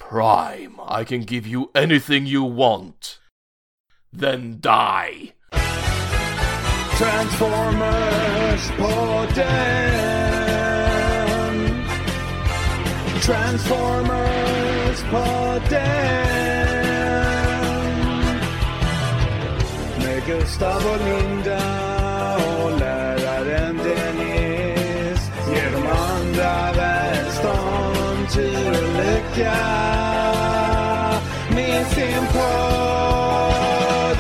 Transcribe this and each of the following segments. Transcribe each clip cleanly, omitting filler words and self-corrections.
Prime, I can give you anything you want. Then die. Transformers-podden. Transformers-podden. Med Gustav och Linda och läraren Dennis. Ger de andra välstånd, tur och lycka med sin podd.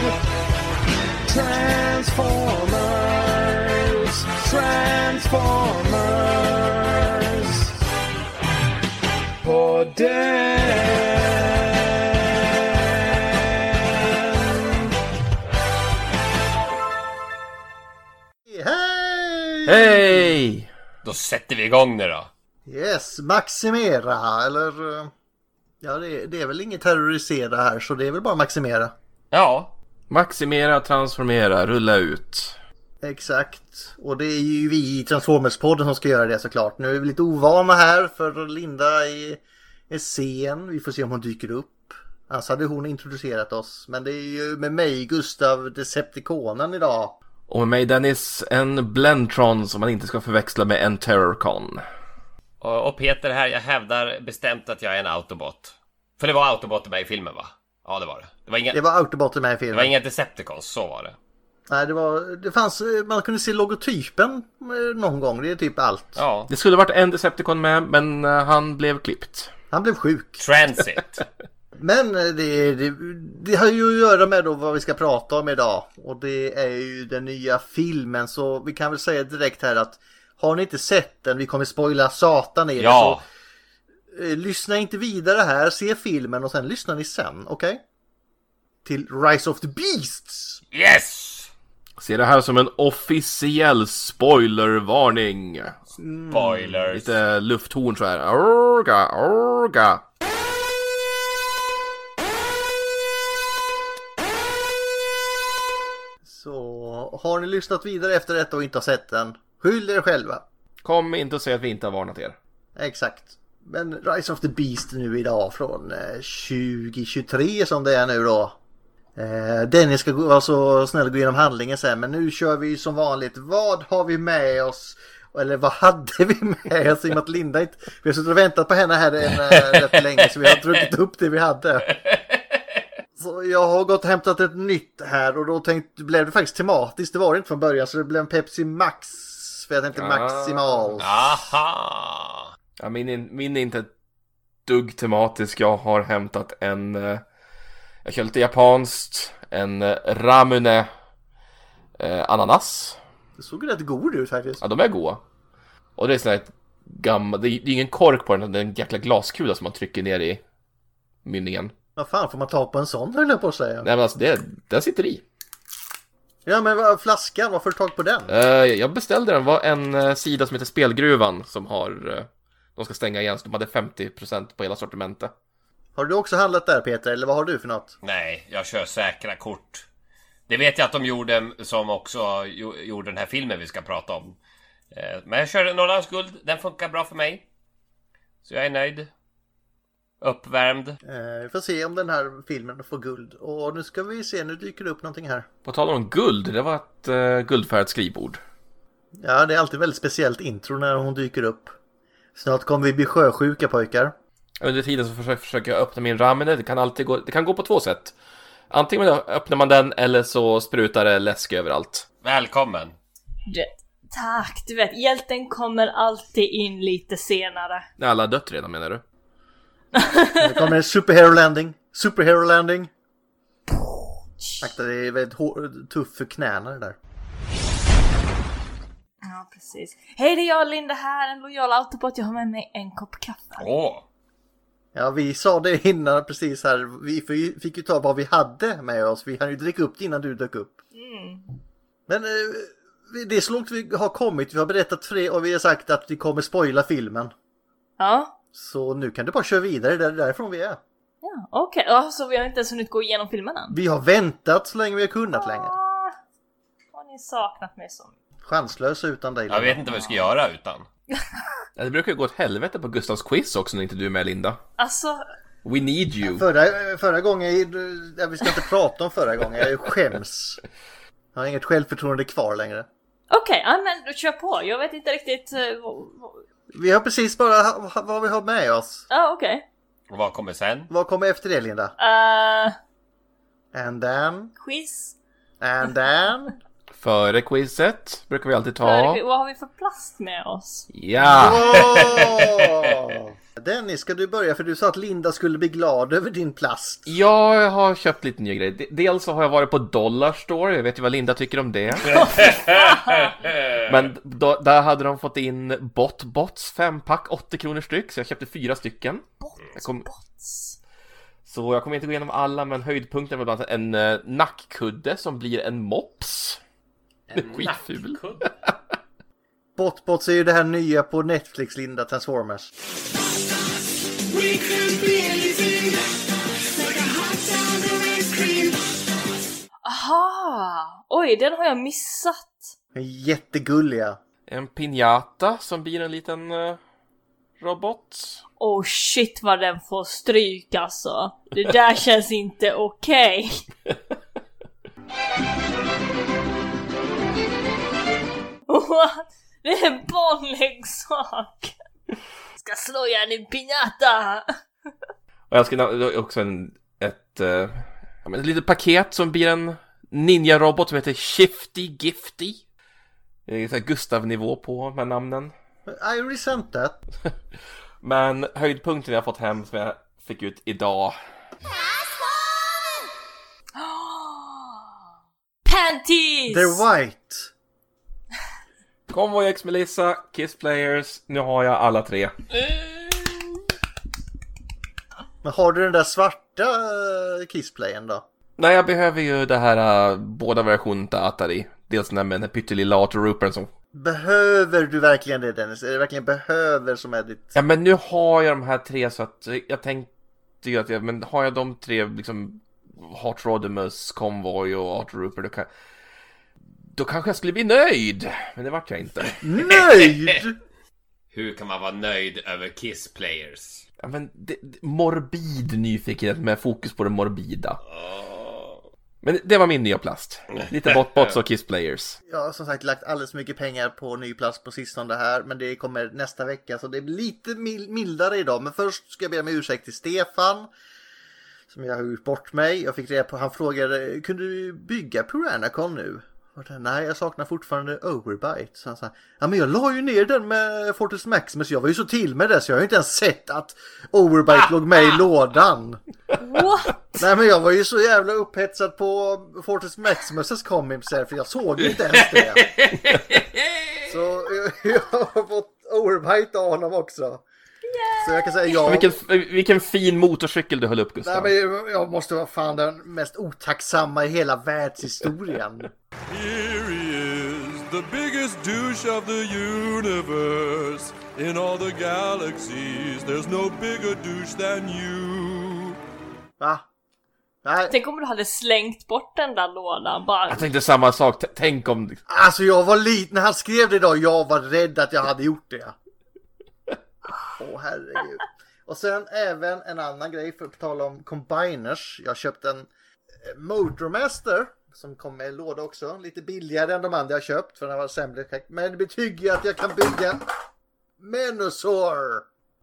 Transformers. Podden. Hej! Då sätter vi igång nu då. Yes, maximera, eller... Ja, det är väl inget terrorisera här, så det är väl bara maximera. Ja. Maximera, transformera, rulla ut. Exakt. Och det är ju vi i Transformers-podden som ska göra det såklart. Nu är vi lite ovana här, för Linda är sen. Vi får se om hon dyker upp. Annars hade hon introducerat oss. Men det är ju med mig, Gustav, Decepticonen idag. Och med mig Dennis, en Blendtron som man inte ska förväxla med en Terrorcon. Och Peter här, jag hävdar bestämt att jag är en Autobot. För det var Autobot med i filmen, va? Ja, det var det. Det var Autobot med i filmen. Det var inga Decepticons, så var det. Nej, det fanns, man kunde se logotypen någon gång, det är typ allt. Ja. Det skulle varit en Decepticon med, men han blev klippt. Han blev sjuk. Transit. Men det har ju att göra med då vad vi ska prata om idag. Och det är ju den nya filmen. Så vi kan väl säga direkt här att har ni inte sett den, vi kommer spoila satan i det. Ja. Så lyssna inte vidare här, se filmen och sen lyssnar ni sen, okej? Till Rise of the Beasts. Yes! Se det här som en officiell spoilervarning. Spoilers. Lite lufthorn så här. Orga, orga. Så har ni lyssnat vidare efter detta och inte har sett den, skyll er själva. Kom inte och säg att vi inte har varnat er. Exakt. Men Rise of the Beast nu idag från 2023 som det är nu då. Dennis ska vara så snäll att gå igenom handlingen sen. Men nu kör vi som vanligt. Vad har vi med oss? Eller vad hade vi med oss? I och med att Linda inte... Vi har suttit och väntat på henne här rätt länge. Så vi har druckit upp det vi hade. Så jag har gått och hämtat ett nytt här. Och då blev det faktiskt tematiskt. Det var det inte från början. Så det blev en Pepsi Max. För jag tänkte Maximal. Aha! Ja, min är inte ett dugg tematisk. Jag har hämtat en... jag kör lite japanskt. En ramune ananas. Det såg rätt god ut faktiskt. Ja, de är goda. Och det är sån här gammal... Det är ingen kork på den. Det är en jäkla glaskula som man trycker ner i mynningen. Vad fan får man ta på en sån, höll jag på att säga. Nej, men alltså den sitter i. Ja, men flaskan, vad får du tag på den? Jag beställde den. Det var en sida som heter Spelgruvan som har... de ska stänga igen, så de hade 50% på hela sortimentet. Har du också handlat där, Peter? Eller vad har du för något? Nej, jag kör säkra kort. Det vet jag att de gjorde som också gjorde den här filmen vi ska prata om. Men jag kör Norrlands guld. Den funkar bra för mig. Så jag är nöjd. Uppvärmd. Vi får se om den här filmen får guld. Och nu ska vi se, nu dyker det upp någonting här. På tal om guld, det var ett guldfärgat skrivbord. Ja, det är alltid väldigt speciellt intro när hon dyker upp. Snart kommer vi bli sjösjuka, pojkar. Under tiden så försöker jag öppna min ramen. Det kan gå på två sätt. Antingen öppnar man den eller så sprutar det läsk överallt. Välkommen. Tack, du vet, hjälten kommer alltid in lite senare. När alla har dött redan, menar du? Det kommer en Superhero landing. Akta, det är väldigt tuff för knäna det där. Ja, precis. Hej, det är jag, Linda här, en lojal autobot. Jag har med mig en kopp kaffe. Ja, vi sa det innan precis här. Vi fick ju ta vad vi hade med oss. Vi hann ju dricka upp det innan du dök upp. Men det är så långt vi har kommit. Vi har berättat för det och vi har sagt att vi kommer spoila filmen. Ja. Så nu kan du bara köra vidare. Det är därifrån vi är. Ja, okej. Ja, så vi har inte ens hunnit gå igenom filmen än. Vi har väntat så länge vi har kunnat längre. Har ni saknat mig så? Chanslös utan dig. Jag vet inte vad vi ska göra utan. Ja, det brukar ju gå åt helvete på Gustavs quiz också när inte du är med, Linda. Alltså, We need you. Förra gången, vi ska inte prata om förra gången, jag skäms. Jag har inget självförtroende kvar längre. Okej, men kör på. Jag vet inte riktigt... Vi har precis bara vad vi har med oss. Okej. Och vad kommer sen? Vad kommer efter det, Linda? And then? Quiz. And then? Före quizet brukar vi alltid ta... Vad har vi för plast med oss? Ja! Oh! Dennis, ska du börja? För du sa att Linda skulle bli glad över din plast. Jag har köpt lite nya grejer. Dels så har jag varit på Dollar Store. Jag vet ju vad Linda tycker om det. Men där hade de fått in Bots 5-pack, 80 kronor styck. Så jag köpte 4 stycken. Bots. Så jag kommer inte gå igenom alla, men höjdpunkten var bland annat en nackkudde som blir en mops. En skitful. nackkudde? Bots är ju det här nya på Netflix, Linda, Transformers. Aha! Oj, den har jag missat. Jättegulliga. En piñata som blir en liten robot. Oh shit vad den får stryk alltså. Det där känns inte okej. Det är en barnleksak. Ska slå igen i piñata. Och jag ska också ett litet paket som blir en ninja-robot som heter Shifty Gifty. Det är så här Gustav-nivå på med namnen. I resent that. Men höjdpunkten jag har fått hem som jag fick ut idag. Panties! They're white. Convoy X Melissa, Kiss Players. Nu har jag alla 3. Men har du den där svarta Kissplayen då? Nej, jag behöver ju det här båda versionerna av Atari. Dels den här med den pyttelilla Autoroopern som... Behöver du verkligen det, Dennis? Är det verkligen behöver som är ditt... Ja, men nu har jag de här 3 så att jag tänkte ju att men har jag de 3 liksom Hot Rodimus, Convoy och Autorooper då kanske jag skulle bli nöjd. Men det vart jag inte. Nöjd? Hur kan man vara nöjd över Kiss Players? Ja, men morbid nyfikenhet med fokus på det morbida. Men det var min nya plast. Lite Bots och Kiss Players. Jag har som sagt lagt alldeles mycket pengar på ny plast på sistone här. Men det kommer nästa vecka så det blir lite mildare idag. Men först ska jag be om ursäkt till Stefan. Som jag har gjort bort mig. Jag fick reda på, han frågade, kunde du bygga Piranacon nu? Nej, jag saknar fortfarande Overbite. Så han sa, ja men jag la ju ner den med Fortress Maximus. Jag var ju så till med det så jag har ju inte ens sett att Overbite låg med i lådan. What? Nej men jag var ju så jävla upphetsad på Fortress Maximus kom himself för jag såg ju inte ens det. Så jag har fått Overbite av honom också. Så jag kan säga ja. Vilken fin motorcykel du höll upp, Gustav. Nej, men jag måste vara fan den mest otacksamma i hela världshistorien. Here he is, the biggest douche of the universe. In all the galaxies, there's no bigger douche than you. Va? Nej. Tänk om du hade slängt bort den där lådan bara. Jag tänkte samma sak. Tänk om... Alltså jag var liten när han skrev det idag. Jag var rädd att jag hade gjort det. Åh herregud. Och sen även en annan grej för att tala om combiners. Jag köpte en Motormaster som kom med låda också. Lite billigare än de andra jag köpt för den var sämre. Men det betyder att jag kan bygga Menosaur.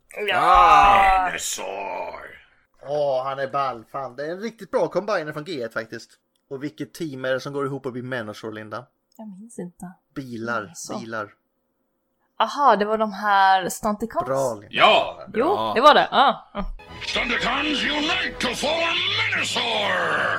Ja. Dinosaur. Han är ball. Fan, det är en riktigt bra combiner från G1 faktiskt. Och vilket team är det som går ihop och blir Menosaur, Linda? Jag minns inte. Bilar. Aha, det var de här Stunticons. Bra, Linda. Ja! Jo, det var det. Thundercons unite to form Minosaur!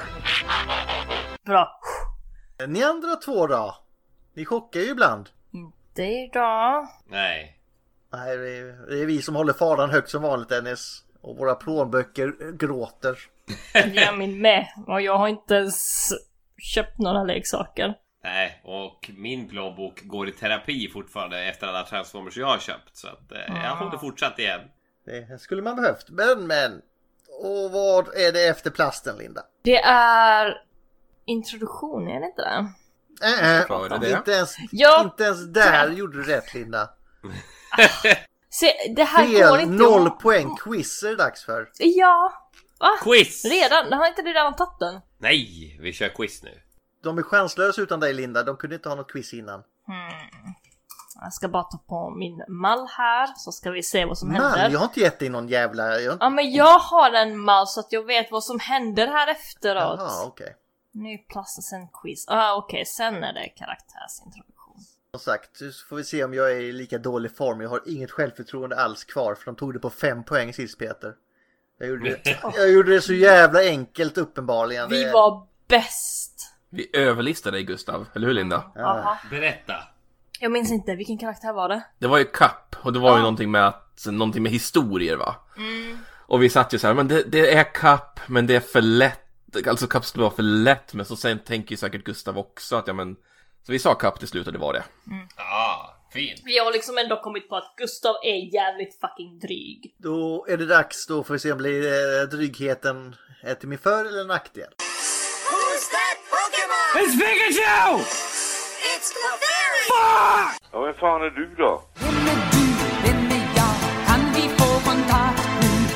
Bra. Ni andra 2 då? Ni chockar ju ibland. Det då. Nej. Nej, det är vi som håller faran högt som vanligt, Dennis. Och våra plånböcker gråter. Jag min med. Och jag har inte ens köpt några leksaker. Nej, och min plånbok går i terapi fortfarande efter alla Transformers jag har köpt. Så att jag håller fortsatt igen. Det skulle man behövt. Men. Och vad är det efter plasten, Linda? Det är introduktion, är det inte det? Var det det? Inte ens, Ja. inte ens där gjorde du rätt, Linda. Se, det här går Fel, inte. 0 poäng. Quiz är det dags för. Ja. Va? Quiz! Redan? Har inte redan tagit den? Nej, vi kör quiz nu. De är chanslösa utan dig, Linda. De kunde inte ha något quiz innan. Jag ska bara ta på min mall här, så ska vi se vad som Man, händer. jag har inte gett dig någon jävla... Ja, men jag har en mall så att jag vet vad som händer här efteråt. Jaha, okej. Ny plats och sen quiz. Okej, sen är det karaktärsintroduktion. Som sagt, så får vi se om jag är i lika dålig form. Jag har inget självförtroende alls kvar, för de tog det på 5 poäng sist, Peter. Jag gjorde det så jävla enkelt, uppenbarligen. Vi var bäst. Vi överlistade dig, Gustav. Eller hur, Linda? Aha. Berätta. Jag minns inte, vilken karaktär var det? Det var ju kapp. Och det var ju någonting med historier, va? Och vi satt ju så här, men det är kapp, men det är för lätt. Alltså kapp skulle vara för lätt. Men så sen tänker ju säkert Gustav också att så vi sa kapp till slut och det var det. Ja, fint. Vi har liksom ändå kommit på att Gustav är jävligt fucking dryg. Då är det dags, då får vi se om blir drygheten är till min för- eller nackdel. Who's that Pokémon? It's Pikachu! It's Clefairy! Ja, vem fan är du då? Vem är du? Vem är jag? Kan vi få kontakt nu?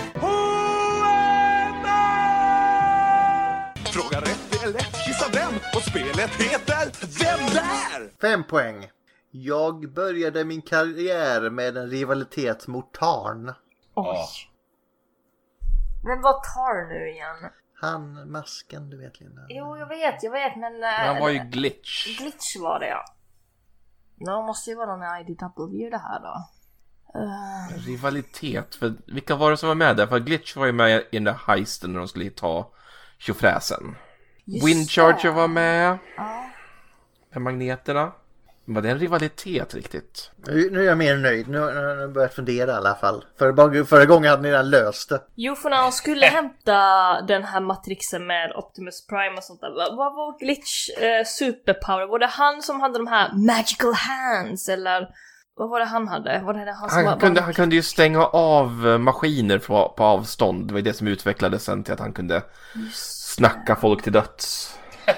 Fråga rätt är lätt, gissa vem? Och spelet heter Vem där? 5 poäng. Jag började min karriär med en rivalitet mot Tarn. Oj. Men vad tar nu igen? Han, masken, du vet, Linda. Jo, jag vet, men... Han var ju glitch. Glitch var det, ja. Det måste ju vara någon IDW det här då. Rivalitet. För vilka var det som var med där? För glitch var ju med i den där heisten när de skulle ta tjofräsen. Windcharger var med. Ja. Med magneterna. Var det en rivalitet riktigt? Nu är jag mer nöjd. Nu har jag börjat fundera i alla fall. Förra gången hade ni redan löst det. Jo, för när de skulle hämta den här matrixen med Optimus Prime och sånt där. Vad var Glitch superpower? Var det han som hade de här magical hands? Eller vad var det han hade? Var det han som Han kunde ju stänga av maskiner på avstånd. Det var det som utvecklades sen till att han kunde snacka folk till döds.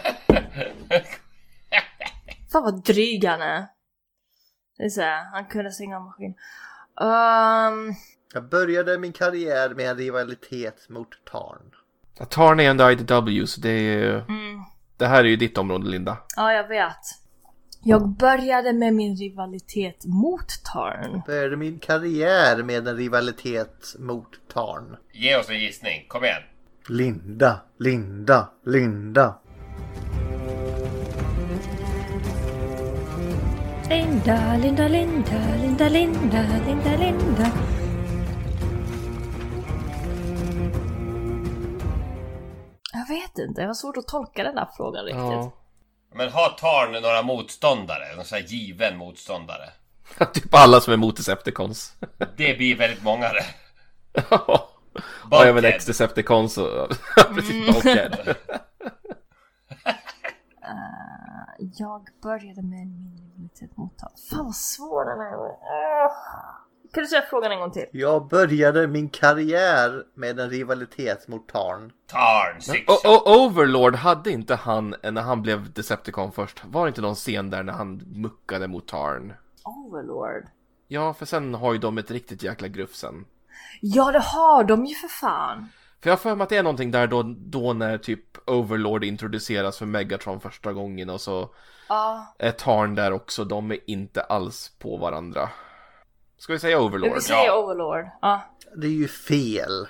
Fan vad dryg han är. Det är så här, han kunde stänga av maskin. Jag började min karriär med en rivalitet mot Tarn. Tarn är ändå IDW, så det är ju... Det här är ju ditt område, Linda. Ja, jag vet. Jag började med min rivalitet mot Tarn. Började min karriär med en rivalitet mot Tarn. Ge oss en gissning, kom igen. Linda. Linda. Jag vet inte, det var svårt att tolka den där frågan riktigt. Ja. Men har Tarn några motståndare? Någon sån här given motståndare? Typ alla som är mot Decepticons. Det blir väldigt många det. Ja, jag vill ex-Decepticons och... Precis, Bulkhead. Jag började med min rivalitet mot Tarn. Fan vad svår den är. Kan du säga frågan en gång till? Jag började min karriär med en rivalitet mot Tarn. Tarn, Six. Overlord hade inte han, när han blev Decepticon först, var det inte någon scen där när han muckade mot Tarn? Overlord? Ja, för sen har ju de ett riktigt jäkla gruff sen. Ja, det har de ju för fan. För jag har för mig att det är någonting där då när typ Overlord introduceras för Megatron första gången och så är Tarn där också, de är inte alls på varandra. Ska vi säga Overlord? Vi säger Overlord, ja. Det är ju fel.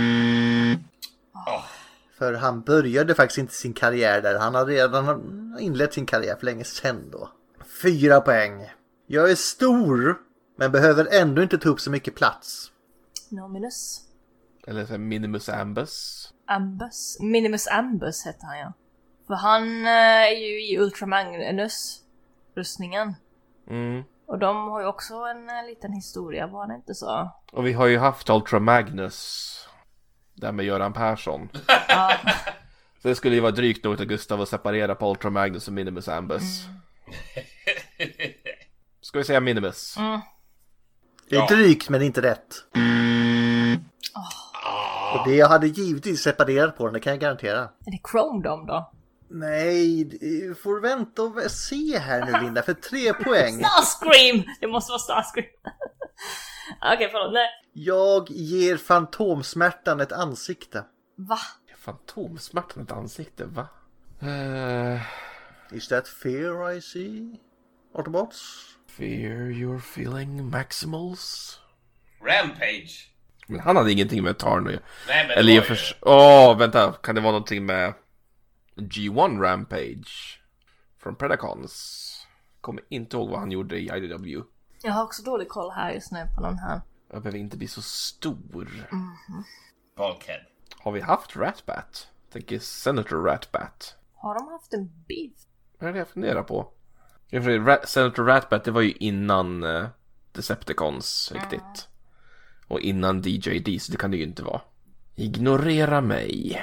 För han började faktiskt inte sin karriär där. Han har redan inlett sin karriär för länge sedan då. 4 poäng. Jag är stor, men behöver ändå inte ta upp så mycket plats. Nominus. Eller så Minimus Ambus. Minimus Ambus heter han, ja. För han är ju i Ultramagnus-rustningen. Och de har ju också en liten historia, var det inte så? Och vi har ju haft Ultra Magnus där med Göran Persson. Så det skulle ju vara drygt nog till Gustav att separera på Ultra Magnus och Minimus Ambus. Ska vi säga Minimus? Det är drygt, men inte rätt. Och det jag hade givetvis separerat på den, det kan jag garantera. Är det Chrome Dome då? Nej, du får vänta och se här nu, Linda, för 3 poäng. Starscream! Det måste vara Starscream. Okej, förlåt. Nej. Jag ger fantomsmärtan ett ansikte. Va? Fantomsmärtan ett ansikte, va? Is that fear I see? Autobots? Fear you're feeling Maximals. Rampage. Men han hade ingenting med Tarn att göra. Nej, men Eller det jag var ju... vänta. Kan det vara någonting med G1 Rampage från Predacons? Kommer inte ihåg vad han gjorde i IDW. Jag har också dålig koll här just nu på den här. Jag behöver inte bli så stor. Bulkhead. Har vi haft Ratbat? Tänker Senator Ratbat. Har de haft en beef? Vad är det jag funderar på? Senator Ratbat, det var ju innan Decepticons riktigt. Och innan DJD, så det kan det ju inte vara. Ignorera mig.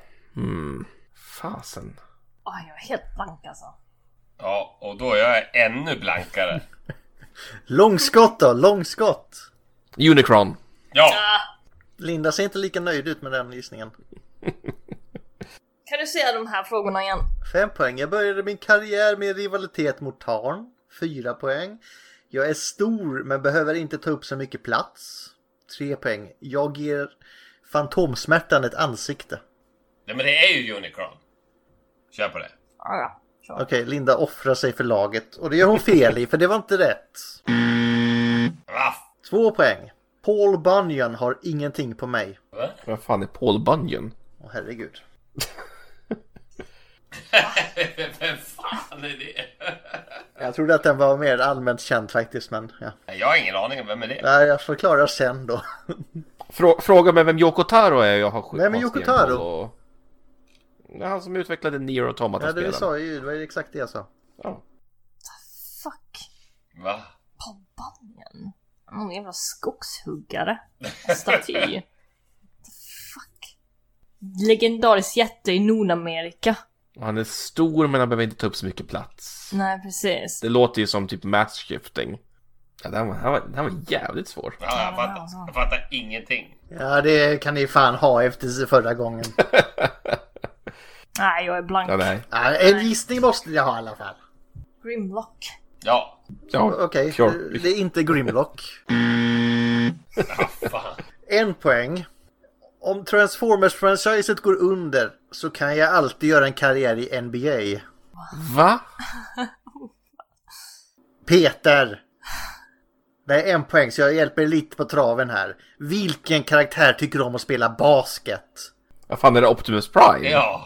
Fasen. Jag är helt blank alltså. Ja, och då är jag ännu blankare. Långskott då, långskott. Unicron. Ja, Linda ser inte lika nöjd ut med den gissningen. Kan du säga de här frågorna igen? 5 poäng. Jag började min karriär med rivalitet mot Tarn. 4 poäng. Jag är stor men behöver inte ta upp så mycket plats. 3 poäng. Jag ger fantomsmärtan ett ansikte. nej, men det är ju Unicron. Kör på det. Ja. Okej, Linda offrar sig för laget. Och det gör hon fel i, för det var inte rätt. Va? 2 poäng. Paul Bunyan har ingenting på mig. Vad fan är Paul Bunyan? Åh herregud. Vem fan är det? Jag trodde att den var mer allmänt känd faktiskt, men ja. Jag har ingen aning om vem är det. Nej, jag förklarar sen då. Fråga mig vem Yoko Taro är. Jag har Vem är Yoko Taro? Och... Det är han som utvecklade Nier Automata-spelen. Ja, det sa ju, det var exakt det jag sa. Ja. Fuck. Va? Paul Bunyan. Någon jävla skogshuggare. Staty. Fuck. Legendarisk jätte i Nordamerika. Han är stor men han behöver inte ta upp så mycket plats. Nej, precis. Det låter ju som typ mass shifting. Ja, den var jävligt svår. Ja, jag fattar ingenting. Ja, det kan ni fan ha efter förra gången. Nej, jag är blank. Ja, nej. Ja, en gissning måste jag ha i alla fall. Grimlock. Ja. Ja, Okej, sure. det är inte Grimlock. Fan. 1 poäng. Om Transformers-franchiset går under så kan jag alltid göra en karriär i NBA. Va? Peter! Det är 1 poäng så jag hjälper lite på traven här. Vilken karaktär tycker om att spela basket? Vad fan är det, Optimus Prime? Ja.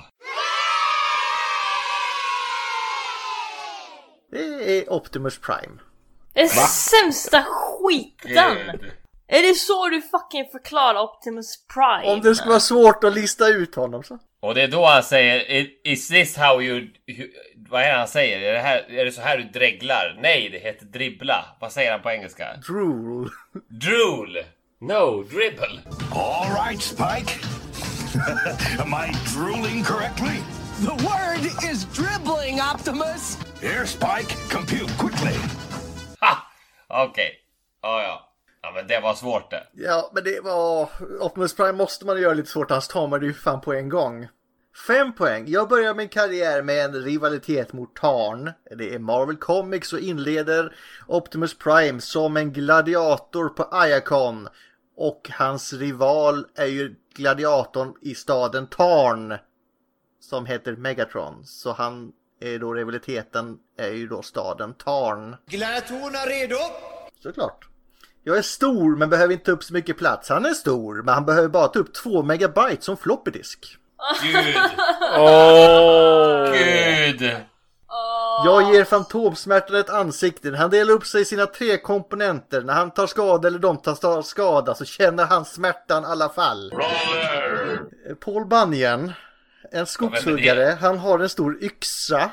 Det är Optimus Prime. Det är sämsta skiten! Gud. Är det så du fucking förklarar Optimus Prime? Om det skulle vara svårt att lista ut honom så. Och det är då han säger, is this how you... Vad är det han säger? Är det så här du dreglar? Nej, det heter dribbla. Vad säger han på engelska? Drool. Drool. No, dribble. All right, Spike. Am I drooling correctly? The word is dribbling, Optimus. Here, Spike. Compute quickly. Ha! Okej. Ja. Ja, men det var svårt det. Ja, men det var... Optimus Prime måste man göra lite svårt. Annars tar man det ju fan på en gång. 5 poäng. Jag börjar min karriär med en rivalitet mot Tarn. Det är Marvel Comics och inleder Optimus Prime som en gladiator på Iacon. Och hans rival är ju gladiatorn i staden Tarn. Som heter Megatron. Så han är då rivaliteten är ju då staden Tarn. Gladiatorerna redo? Såklart. Jag är stor men behöver inte ta upp så mycket plats. Han är stor men han behöver bara ta upp 2 megabyte som floppy disk. Gud. Gud. Jag ger fantomsmärtan ett ansikte. Han delar upp sig i sina 3 komponenter. När han tar skada eller de tar skada så känner han smärtan i alla fall. Paul Bunyan, en skogshuggare. Han har en stor yxa.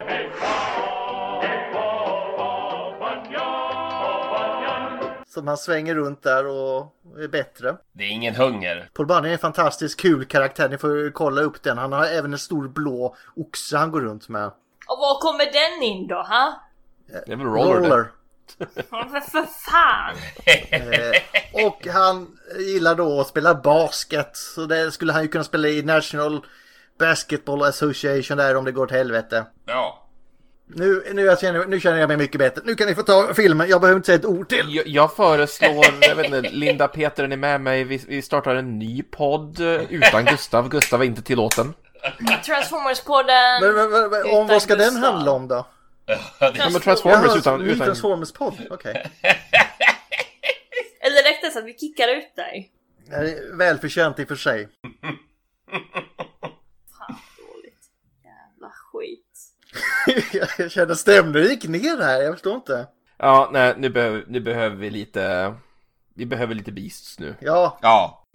Som han svänger runt där och är bättre. Det är ingen hunger. Paul Bunyan är en fantastiskt kul karaktär. Ni får kolla upp den. Han har även en stor blå oxe han går runt med. Och var kommer den in då, ha? Det är väl Roller. För fan! Och han gillar då att spela basket. Så det skulle han ju kunna spela i National Basketball Association där om det går till helvete. Ja. Nu känner jag mig mycket bättre. Nu kan ni få ta filmen. Jag behöver inte säga ett ord till. Jag föreslår, jag vet inte, Linda, Peter, är ni med mig? Vi startar en ny podd utan Gustav. Gustav är inte tillåten. Transformers-podden. Men vad ska den handla om då? Transformers utan... Transformers-podd, okej. Eller rättare så att vi kickar ut dig. Det är välförtjänt i och för sig. Fan, dåligt. Jävla skit. Jag känner stämningen gick ner här, jag förstår inte. Ja, nej, nu behöver vi lite... Vi behöver lite Beasts nu. Ja. Ja.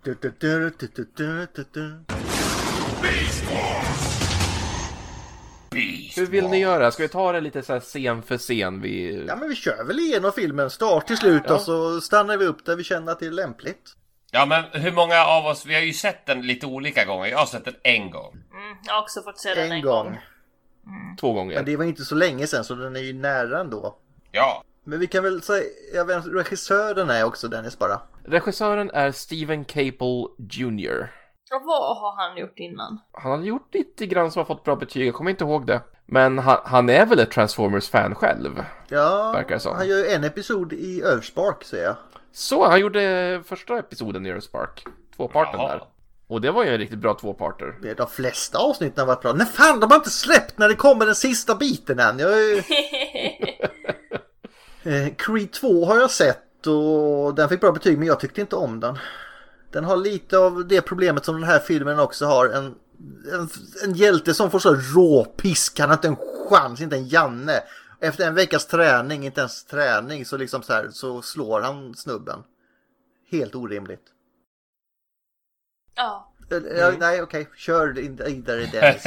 Hur vill ni göra? Ska vi ta det lite så här scen för scen? Ja, men vi kör väl igenom filmen start till slut och så stannar vi upp där vi känner att det är lämpligt. Ja, men hur många av oss... Vi har ju sett den lite olika gånger. Jag har sett den en gång. Jag har också fått se den En gång. 2 gånger. Men det var inte så länge sedan så den är ju nära ändå. Ja. Men vi kan väl säga... Jag vet, regissören är också Dennis bara. Regissören är Steven Caple Jr. Och vad har han gjort innan? Han har gjort lite grann som har fått bra betyg, jag kommer inte ihåg det. Men han är väl ett Transformers-fan själv? Ja, verkar som. Han gör ju en episod i Earthspark, säger jag. Så, han gjorde första episoden i Earthspark. 2-parten där. Och det var ju en riktigt bra 2-parter. De flesta avsnitten har varit bra. Nej fan, de har inte släppt när det kommer den sista biten än. Creed 2 har jag sett och den fick bra betyg, men jag tyckte inte om den. Den har lite av det problemet som den här filmen också har. En hjälte som får så råpisk. Han har inte en chans, inte en Janne. Efter en veckas träning, inte ens träning, så liksom så här, så slår han snubben. Helt orimligt. Ja. Nej, okej. Kör vidare, Dennis.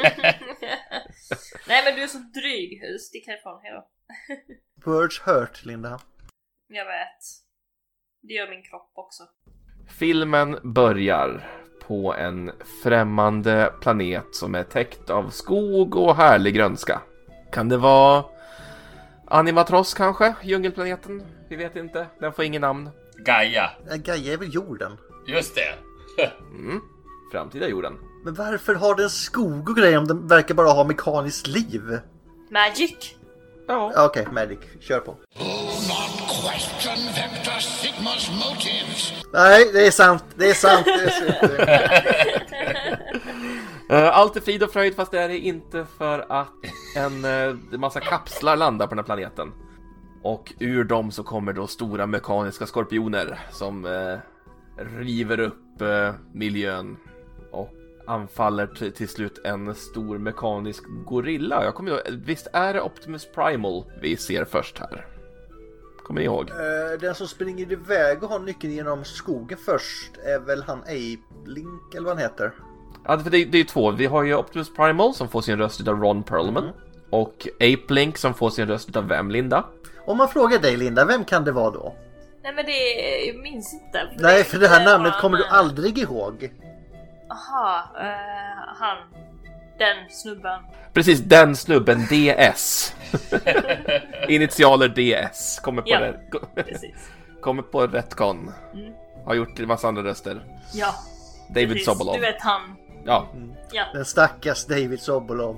Nej, men du är så dryg. Stick härifrån, hejdå. Words hurt, Linda. Jag vet. Det gör min kropp också. Filmen börjar på en främmande planet som är täckt av skog och härlig grönska. Kan det vara Animatros kanske? Djungelplaneten? Vi vet inte. Den får ingen namn. Gaia. Gaia är väl jorden? Just det. Framtida jorden. Men varför har den skog och grejer om den verkar bara ha mekaniskt liv? Magic. Ja. Okej, Magic. Kör på. Nej, det är sant. Det är sant. Allt är frid och fröjd, fast det är det inte, för att en massa kapslar landar på den här planeten. Och ur dem så kommer då stora mekaniska skorpioner som river upp miljön och anfaller till slut en stor mekanisk gorilla. Jag kommer ihåg, visst är det Optimus Primal vi ser först här? Kommer ni ihåg? Den som springer iväg och har nyckeln genom skogen först är väl han Ape-Link eller vad han heter? Ja, för det är ju 2. Vi har ju Optimus Primal som får sin röst av Ron Perlman. Och Ape-Link som får sin röst av vem, Linda? Om man frågar dig, Linda, vem kan det vara då? Nej, men jag minns inte. Nej, för det här namnet kommer du aldrig ihåg. Aha, han. Den snubben. Precis, den snubben, DS. Initialer DS. Kommer på precis. Kommer på retcon. Har gjort en massa andra röster. Ja. David precis. Sobolov. Du vet han. Ja. Ja. Den stackars David Sobolov.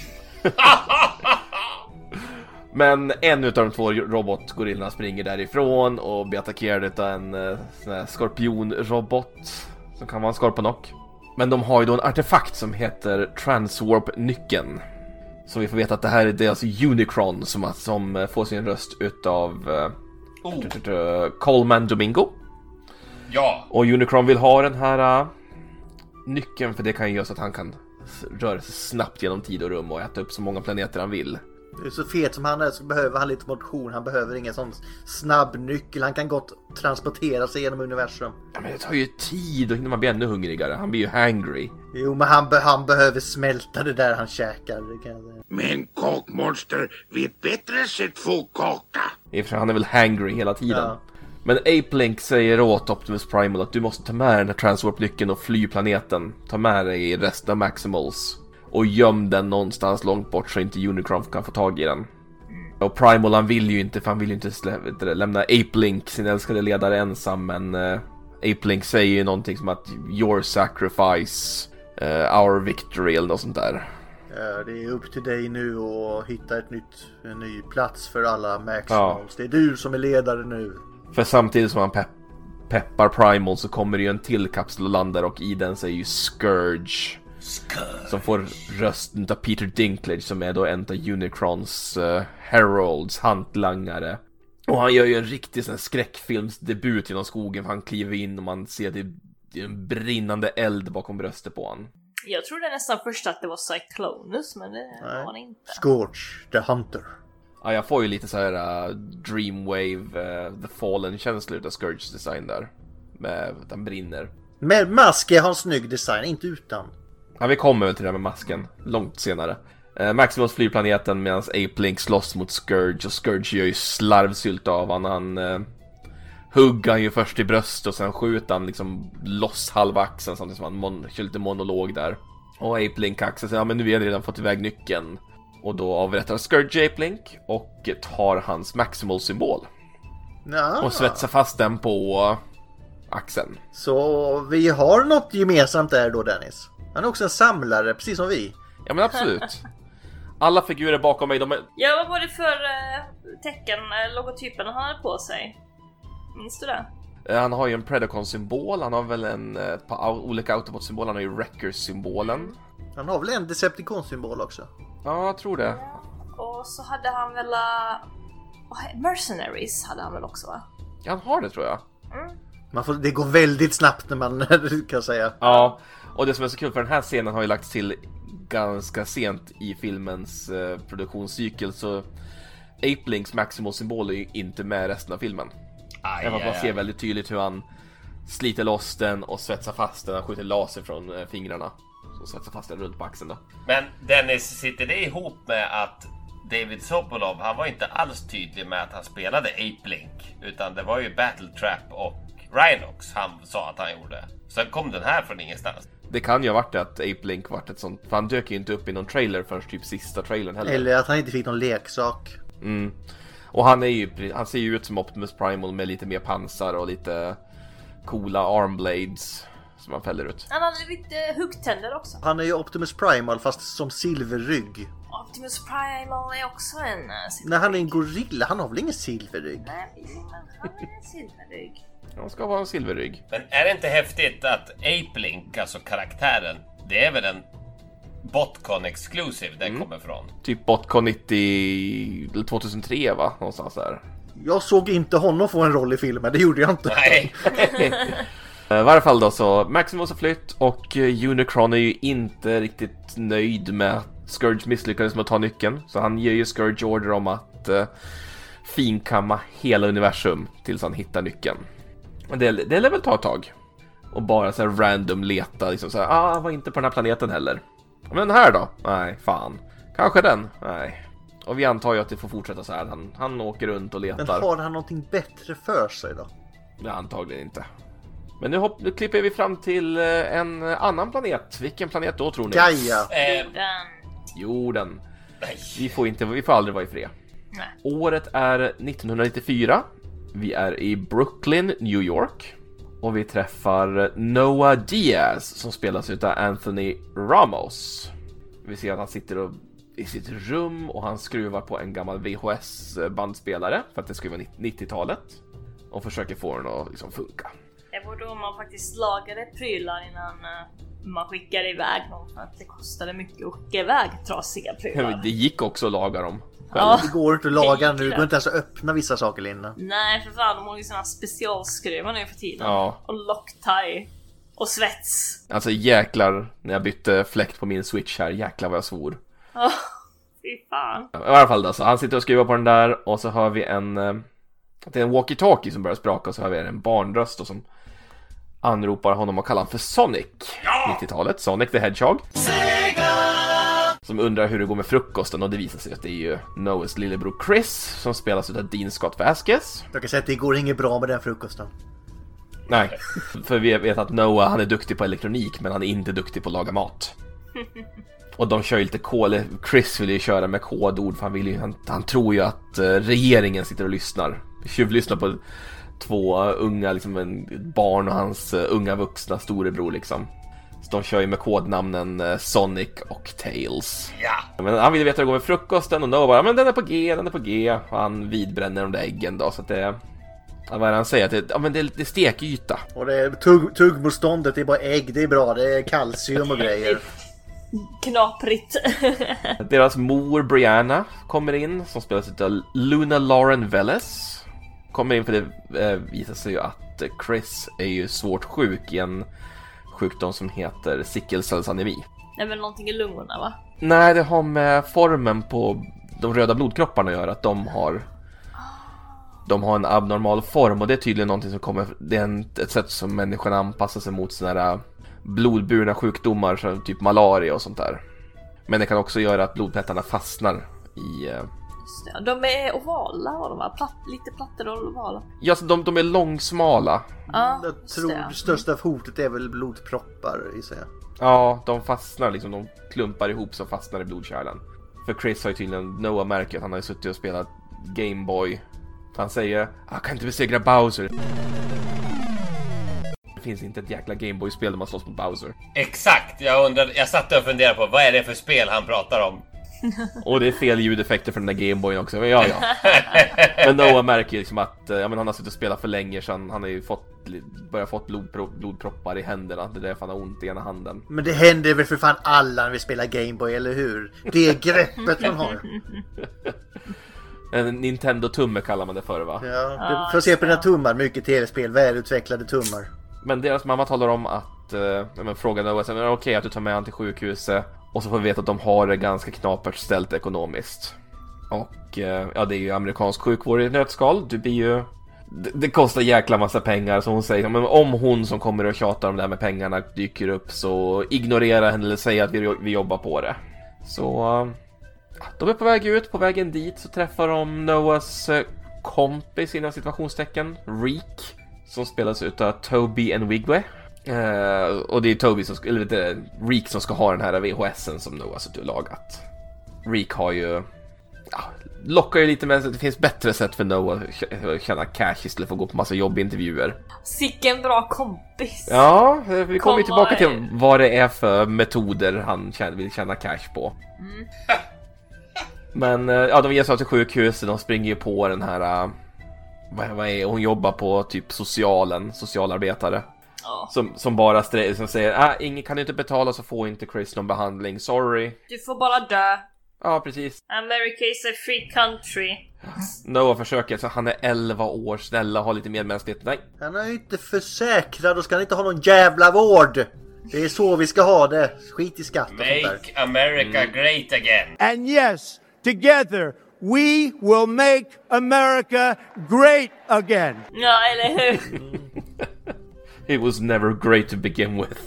Men en utav de 2 robotgorillorna springer därifrån och blir attackerad av en sån här skorpionrobot som kan vara en skorponok. Men de har ju då en artefakt som heter Transwarp-nyckeln. Så vi får veta att det här är deras Unicron som får sin röst utav Coleman Domingo. Ja. Och Unicron vill ha den här nyckeln, för det kan ju göra så att han kan röra sig snabbt genom tid och rum och äta upp så många planeter han vill. Det är så fet som han är så behöver han lite motion. Han behöver ingen sån snabb nyckel. Han kan gott transportera sig genom universum. Ja, men det tar ju tid och man blir ännu hungrigare. Han blir ju hangry. Jo, men han behöver smälta det där han käkar. Det kan jag säga. Men kokmonster vet bättre sätt få kaka. För han är väl hangry hela tiden. Ja. Men Ape-Link säger åt Optimus Primal att du måste ta med den här Transwarp-nyckeln och fly planeten. Ta med dig resten av Maximals. Och göm den någonstans långt bort så inte Unicron kan få tag i den. Och Primal han vill ju inte, för han vill ju inte lämna Ape-Link, sin älskade ledare, ensam. Men Ape-Link säger ju någonting som att your sacrifice, our victory eller något sånt där. Det är upp till dig nu att hitta en ny plats för alla Maximals. Det är du som är ledare nu. För samtidigt som han peppar Primal så kommer det ju en till kapsel och landar, och i den så är ju Scourge. Som får rösten av Peter Dinklage, som är då en av Unicrons Heralds, hantlangare. Och han gör ju en riktig sån här skräckfilmsdebut genom skogen, för han kliver in och man ser det är en brinnande eld bakom bröstet på han. Jag trodde nästan först att det var Cyclonus, men det var det inte. Scourge, the Hunter. Ja, jag får ju lite så här Dreamwave, The Fallen-känsla utav Scourges design där. Med att den brinner. Med mask har en snygg design, inte utan. Ja, vi kommer till det med masken långt senare. Maximus flyr planeten medan Ape-Link slåss mot Scourge, och Scourge gör ju slarvsylt av han hugger han ju först i bröst och sen skjuter han liksom loss halva axeln samtidigt som han kör lite monolog där. Och Ape-Link axeln säger, ja men nu har vi redan fått iväg nyckeln. Och då avrättar Scourge Ape-Link och tar hans Maximal-symbol. Ja. Och svetsar fast den på axeln. Så vi har något gemensamt där då, Dennis. Han är också en samlare, precis som vi. Ja men absolut. Alla figurer bakom mig, de är... Ja, vad var det för tecken, logotypen han hade på sig? Minns du det? Han har ju en Predacon-symbol, han har väl ett par olika Autobot-symboler, han har ju Wreckers-symbolen. Han har väl en Decepticon-symbol också? Ja, jag tror det. Ja. Och så hade han väl... Mercenaries hade han väl också, va? Ja, han har det tror jag. Det går väldigt snabbt när man kan säga. Ja, och det som är så kul för den här scenen har ju lagts till ganska sent i filmens produktionscykel, så Ape-Links Maximal-symbol är ju inte med resten av filmen. Man ser väldigt tydligt hur han sliter loss den och svetsar fast den. Han skjuter laser från fingrarna, så svetsar fast den runt på axeln då. Men Dennis, sitter det ihop med att David Sokolov, han var inte alls tydlig med att han spelade Ape-Link, utan det var ju Battletrap och Rhinox han sa att han gjorde. Sen kom den här från ingenstans. Det kan ju ha varit att Ape-Link varit ett sånt, för han dök ju inte upp i någon trailer förrän typ sista trailern heller. Eller att han inte fick någon leksak. Och han ser ju ut som Optimus Primal med lite mer pansar och lite coola armblades som han fäller ut. Han hade lite huggtänder också. Han är ju Optimus Primal fast som silverrygg. Optimus Primal är också en silverrygg. Nej, han är en gorilla, han har väl ingen silverrygg? Nej, men han är en silverrygg. Han ska vara en silverrygg. Men är det inte häftigt att Ape-Link, alltså karaktären, det är väl en Botcon Exclusive den kommer från? Typ Botcon 2003 va? Någonstans där. Jag såg inte honom få en roll i filmen, det gjorde jag inte. Nej. I varje fall då så Maximus har flytt och Unicron är ju inte riktigt nöjd med att Scourge misslyckades med att ta nyckeln. Så han ger ju Scourge order om att finkamma hela universum tills han hittar nyckeln. Det lär väl ta ett tag. Och bara så här random leta liksom så här, var inte på den här planeten heller. Men den här då? Nej, fan. Kanske den? Nej. Och vi antar ju att det får fortsätta så här. Han åker runt och letar. Men har han någonting bättre för sig då? Ja, antagligen inte. Men nu klipper vi fram till en annan planet. Vilken planet då tror ni? Gaia. Jorden. Vi får aldrig vara i fred. Nej. Året är 1994. Vi är i Brooklyn, New York. Och vi träffar Noah Diaz som spelas av Anthony Ramos. Vi ser att han sitter i sitt rum och han skruvar på en gammal VHS-bandspelare för att det ska vara 90-talet. Och försöker få den att liksom funka. Det var då man faktiskt lagade prylar innan man skickade iväg någon, för att det kostade mycket att skicka iväg trasiga prylar. Det gick också att laga dem. Ja. Det går inte att laga nu, det går inte ens att öppna vissa saker, Linda. Nej, för fan, de har ju såna specialskruvar nu för tiden. Ja. Och Loctite. Och svets. Alltså jäklar, när jag bytte fläkt på min Switch här, jäklar vad jag svor. Ja, fy fan. I alla fall då, så han sitter och skruvar på den där och så hör vi det är en walkie-talkie som börjar spraka och så hör vi en barnröst och som anropar honom och kallar honom för Sonic. 90-talet, Sonic the Hedgehog. Som undrar hur det går med frukosten och det visar sig att det är ju Noahs lillebror Chris som spelas av Dean Scott Vasquez. Jag kan säga att det går inget bra med den frukosten. Nej, för vi vet att Noah, han är duktig på elektronik men han är inte duktig på att laga mat. Och de kör ju lite Chris vill ju köra med kodord för han tror ju att regeringen sitter och lyssnar. Tjuvlyssnar på två unga, liksom en barn och hans unga vuxna storebror liksom. Så de kör ju med kodnamnen Sonic och Tails. Ja. Men han ville veta hur det går med frukosten och då bara, men den är på G. Och han vidbränner de där äggen då, så att det... Ja, vad är det han säger? Att det är stekyta. Och det är tuggmotståndet, det är bara ägg, det är bra, det är kalcium och grejer. Knaprigt. Deras mor Brianna kommer in, som spelas av Luna Lauren Velez. Kommer in för det visar sig ju att Chris är ju svårt sjuk i en sjukdom som heter sickelcellsanemi. Det är väl någonting i lungorna, va? Nej, det har med formen på de röda blodkropparna att göra, att de har en abnormal form, och det är tydligen någonting som kommer, det är ett sätt som människan anpassar sig mot såna här blodburna sjukdomar som typ malaria och sånt där. Men det kan också göra att blodplättarna fastnar i... De är ovala, har de, va? Lite plattor och ovala. Ja, så de är långsmala. Ja, Jag tror det största hotet är väl blodproppar i sig. Ja, de fastnar liksom, de klumpar ihop som fastnar i blodkärlen. För Chris har ju tydligen, Noah märker att han har ju suttit och spelat Game Boy. Han säger, jag kan inte besegra Bowser. Det finns inte ett jäkla Game Boy-spel där man slåss mot Bowser. Exakt, jag satt och funderade på vad är det för spel han pratar om. Och det är fel ljudeffekter för den där Game Boyen också, men ja. Men Noah märker ju liksom att han har suttit och spelat för länge, så han har ju börjat fått blodproppar i händerna. Det är därför han har ont i ena handen. Men det händer väl för fan alla när vi spelar Game Boy, eller hur? Det är greppet man har. En Nintendo-tumme kallar man det för, va? Ja, för att se på dina tummar, mycket tv-spel, välutvecklade tummar. Men deras mamma talar om att frågar Noah, okej, att du tar med han till sjukhuset. Och så får vi veta att de har det ganska knapert ställt ekonomiskt. Och det är ju amerikansk sjukvård i ett nötskal. Du blir ju... Det kostar jäkla massa pengar, som hon säger. Men om hon som kommer och tjatar om det här med pengarna dyker upp, så ignorera henne eller säga att vi jobbar på det. Så de är på väg ut. På vägen dit så träffar de Noahs kompis inom situationstecken, Reek, som spelas utav Toby Nwigwe. Och det är Toby Reek som ska ha den här VHSen som Noah suttit och lagat. Reek har ju lockar ju lite med att det finns bättre sätt för Noah att tjäna cash istället för att gå på massa jobbintervjuer. Sicken bra kompis. Ja, vi kommer ju tillbaka till vad det är för metoder han vill tjäna cash på. Men de ger sig till sjukhuset. De springer ju på den här vad är hon jobbar på, typ socialarbetare. Som bara som säger, ingen kan inte betala, så får inte Chris någon behandling, sorry. Du får bara dö. Ja, precis. America is a free country. Noah försöker, så han är 11 år, snälla, ha lite medmänsklighet. Nej. Han är inte försäkrad och ska inte ha någon jävla vård. Det är så vi ska ha det. Skit i skatt och sånt där. Make America great again. And yes, together we will make America great again. Ja, eller hur? It was never great to begin with.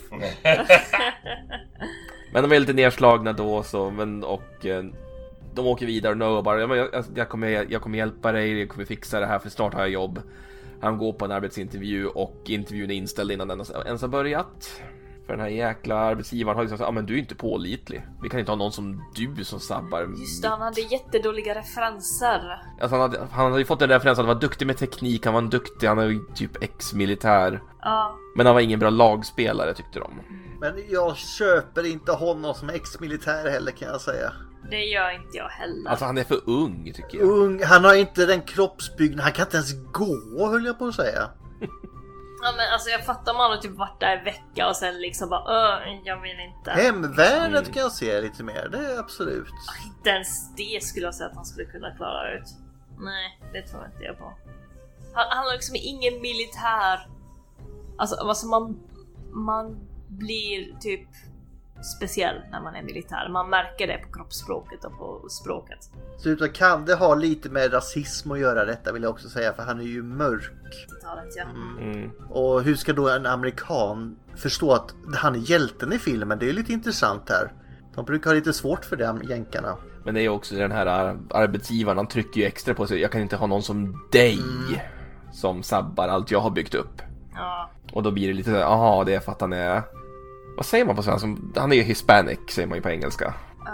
Men de är lite nedslagna då, så, de åker vidare och Noah bara, jag kommer hjälpa dig, jag kommer fixa det här, för snart har jag jobb. Han går på en arbetsintervju och intervjun är inställd innan den ens har börjat. För den här jäkla arbetsgivaren har liksom sagt, men du är inte pålitlig. Vi kan inte ha någon som du som sabbar. Just det, han hade jättedåliga referenser. Alltså han hade ju fått en referens att han var duktig med teknik, han var duktig, han är ju typ ex-militär. Ja. Men han var ingen bra lagspelare, tyckte de. Men jag köper inte honom som ex-militär heller, kan jag säga. Det gör inte jag heller. Alltså han är för ung, tycker jag. Ung, han har inte den kroppsbyggnad, han kan inte ens gå, höll jag på att säga. Ja, men alltså jag fattar, man har typ varit där en vecka och sen liksom bara, jag vill inte. Hemvärnet kan jag se lite mer, det är absolut. Inte ens det skulle jag säga att han skulle kunna klara ut. Nej, det tror jag inte jag på. Han har liksom ingen militär. Alltså man blir typ speciell när man är militär. Man märker det på kroppsspråket och på språket. Så kan det ha lite med rasism att göra, detta vill jag också säga, för han är ju mörk. Och hur ska då en amerikan förstå att han är hjälten i filmen? Det är lite intressant här. De brukar ha lite svårt för det, jänkarna. Men det är också den här arbetsgivaren, han trycker ju extra på sig. Jag kan inte ha någon som dig som sabbar allt jag har byggt upp. Ja. Och då blir det lite så, det är för att han är... Vad säger man på svenska? Han är ju hispanic, säger man ju på engelska.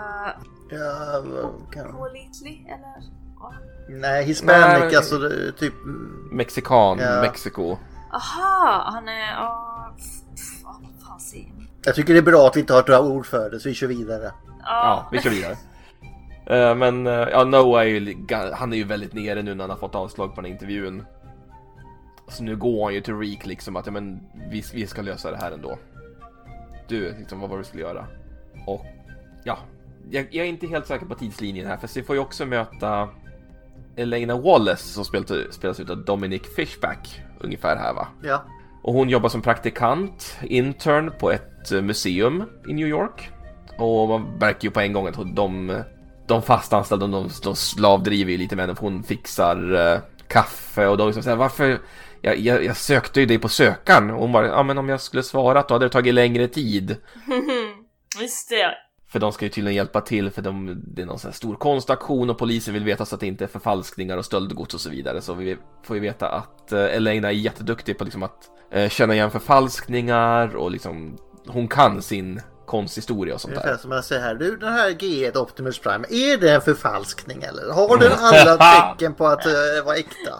Pålitlig, eller? Nej, hispanic, alltså typ... Mexikan, Mexiko. Aha, han är... vad fan säger man? Jag tycker det är bra att vi inte har ett bra ord för det, så vi kör vidare. Ja, vi kör vidare. Men Noah är ju, han är ju väldigt nere nu när han har fått avslag på den intervjun. Så nu går han ju till Reek liksom att vi ska lösa det här ändå. Du, liksom, vad var det du skulle göra? Och ja, jag är inte helt säker på tidslinjen här, för vi får ju också möta Elena Wallace som spelas ut av Dominic Fishback ungefär här, va? Ja. Och hon jobbar som praktikant, intern på ett museum i New York. Och man märker ju på en gång att de fastanställda, de slavdriver ju lite med henne. Hon fixar kaffe och de liksom säger, varför... Jag sökte ju dig på sökaren. Och hon bara, ja men om jag skulle svara då hade det tagit längre tid. Just det. För de ska ju tydligen hjälpa till, för det är någon sån här stor konstaktion och polisen vill veta så att det inte är förfalskningar och stöldgods och så vidare. Så vi får ju veta att Elena är jätteduktig på liksom att känna igen förfalskningar och liksom hon kan sin konsthistoria och sånt där. Det är som jag säger här, du, den här G1 Optimus Prime, är det en förfalskning eller? Har den alla tecken på att vara äkta?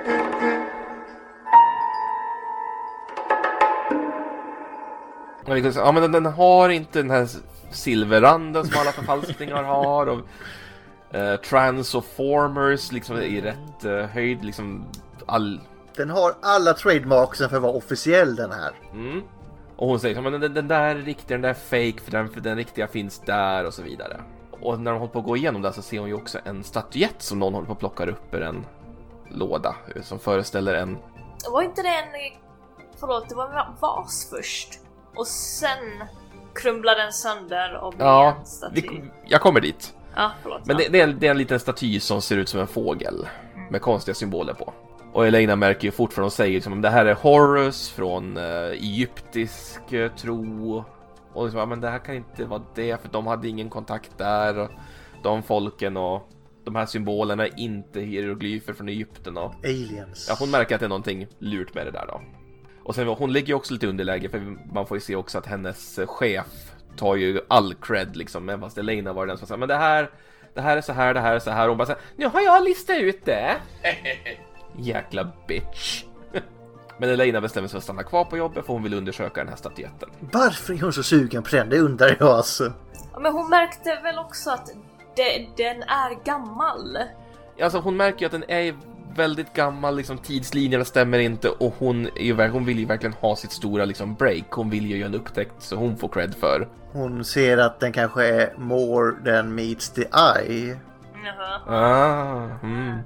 Ja, men den har inte den här silverranden som alla förfalskningar har och transformers liksom i rätt höjd liksom Den har alla trademarksen för att vara officiell, den här. Och hon säger men den där är riktig, den där är fake, för den riktiga finns där och så vidare. Och när de håller på att gå igenom det så ser hon ju också en statyett som någon håller på att plocka upp ur en låda som föreställer en... Var inte det det var en vas först. Och sen krumlar den sönder och blir en staty. Jag kommer dit. Ja, förlåt. Men det är en liten staty som ser ut som en fågel med konstiga symboler på. Och Elena märker ju fortfarande och säger liksom, det här är Horus från egyptisk tro. Och liksom, men det här kan inte vara det, för de hade ingen kontakt där. De folken och de här symbolerna är inte hieroglyfer från Egypten. Och, aliens. Ja, hon märker att det är någonting lurt med det där då. Och sen hon ligger ju också lite underläge, för man får ju se också att hennes chef tar ju all cred liksom. Men fast Elena var den som sa, men det här är så här, det här är så här. Och hon bara säger, nu har jag listat ut det. Jäkla bitch. Men Elena bestämmer sig för att stanna kvar på jobbet, för hon vill undersöka den här statyetten. Varför är hon så sugen på den? Det undrar jag alltså. Ja, men hon märkte väl också att den är gammal. Alltså hon märker ju att den är väldigt gammal, liksom tidslinjerna stämmer inte. Och hon vill ju verkligen ha sitt stora liksom break. Hon vill ju göra en upptäckt så hon får cred för. Hon ser att den kanske är more than meets the eye. Jaha.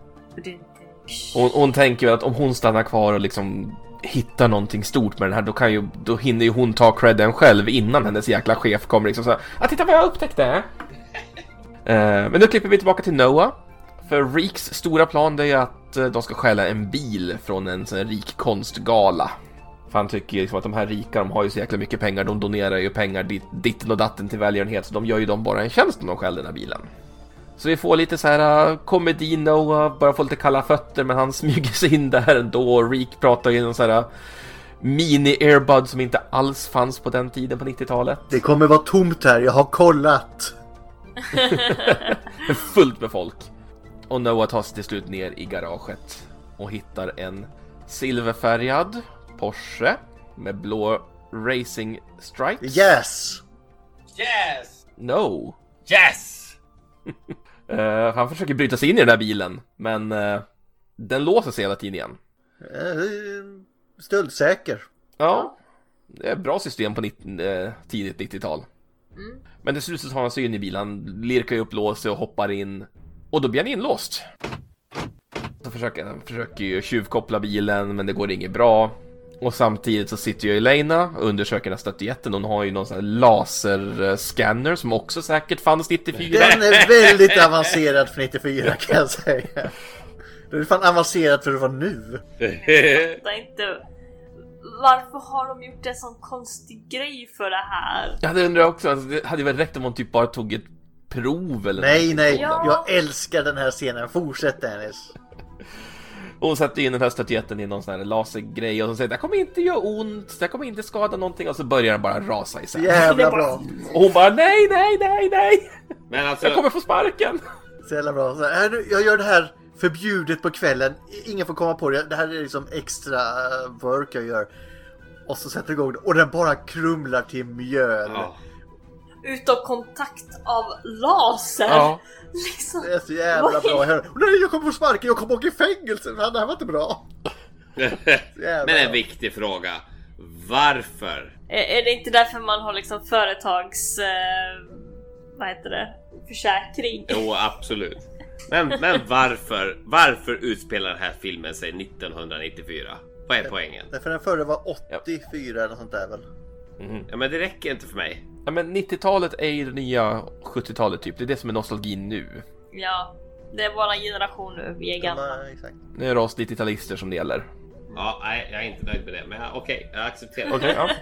Hon tänker ju att om hon stannar kvar och liksom hittar någonting stort med den här, då hinner ju hon ta credden själv innan hennes jäkla chef kommer liksom så här, titta vad jag upptäckte. Men nu klipper vi tillbaka till Noah. För Reeks stora plan är att de ska stjäla en bil från en sån här rik konstgala. För han tycker liksom att de här rika, de har ju så jäkla mycket pengar, de donerar ju pengar ditten och datten till välgörenhet, så de gör ju dem bara en tjänst om de stjäl den här bilen. Så vi får lite så här komedi, Noah bara får lite kalla fötter, men han smyger sig in där ändå. Reek pratar ju en sån här mini-airbud som inte alls fanns på den tiden på 90-talet. Det kommer vara tomt här, jag har kollat. Fullt med folk. Och Noah tar sig till slut ner i garaget och hittar en silverfärgad Porsche med blå racing stripes. Yes! Yes! No. Yes! Han försöker bryta sig in i den här bilen, men den låser sig hela tiden igen. Stöldsäker. Ja, det är ett bra system på tidigt 90-tal. Men till slut så tar han sig in i bilen, lirkar upp låset och hoppar in. Och då blir han inlåst. Så försöker ju tjuvkoppla bilen, men det går inget bra. Och samtidigt så sitter ju Elena och undersöker den här statyetten. Hon har ju någon sån här laserscanner som också säkert fanns 94. Den är väldigt avancerad för 94 kan jag säga. Det är fan avancerat för att vara nu. Inte. Varför har de gjort en sån konstig grej för det här? Ja, det undrar jag också. Alltså, det hade väl räckt om hon typ bara tog ett prov eller Nej, ja. Jag älskar den här scenen. Fortsätt, Dennis. Hon sätter in den här statyetten i någon sån här lasergrej och hon säger, det kommer inte göra ont, det kommer inte skada någonting, och så börjar den bara rasa isär. Jävla bra. Och hon bara, nej. Men alltså... Jag kommer få sparken. Så jävla bra. Så här, jag gör det här förbjudet på kvällen. Ingen får komma på det. Det här är liksom extra work jag gör. Och så sätter igång och den bara krumlar till mjöl. Ja. Utom kontakt av laser. Ja. Liksom. Det är så jävla bra. Nej, jag kommer på sparken, jag kommer åka i fängelse. Men det här var inte bra. Men en viktig fråga. Varför? Är det inte därför man har liksom företags... vad heter det? Försäkring? Jo, absolut. Men varför utspelar den här filmen sig 1994? Vad är poängen? Därför den förra var 84 eller sånt där väl. Ja, men det räcker inte för mig. Ja, men 90-talet är ju det nya 70-talet typ. Det är det som är nostalgin nu. Ja, det är våran generation nu. Vi är gamla. Ja, exakt. Nu är det oss 90-talister som det gäller. Ja, nej, jag är inte nöjd med det. Men okej, jag accepterar. Okej, ja.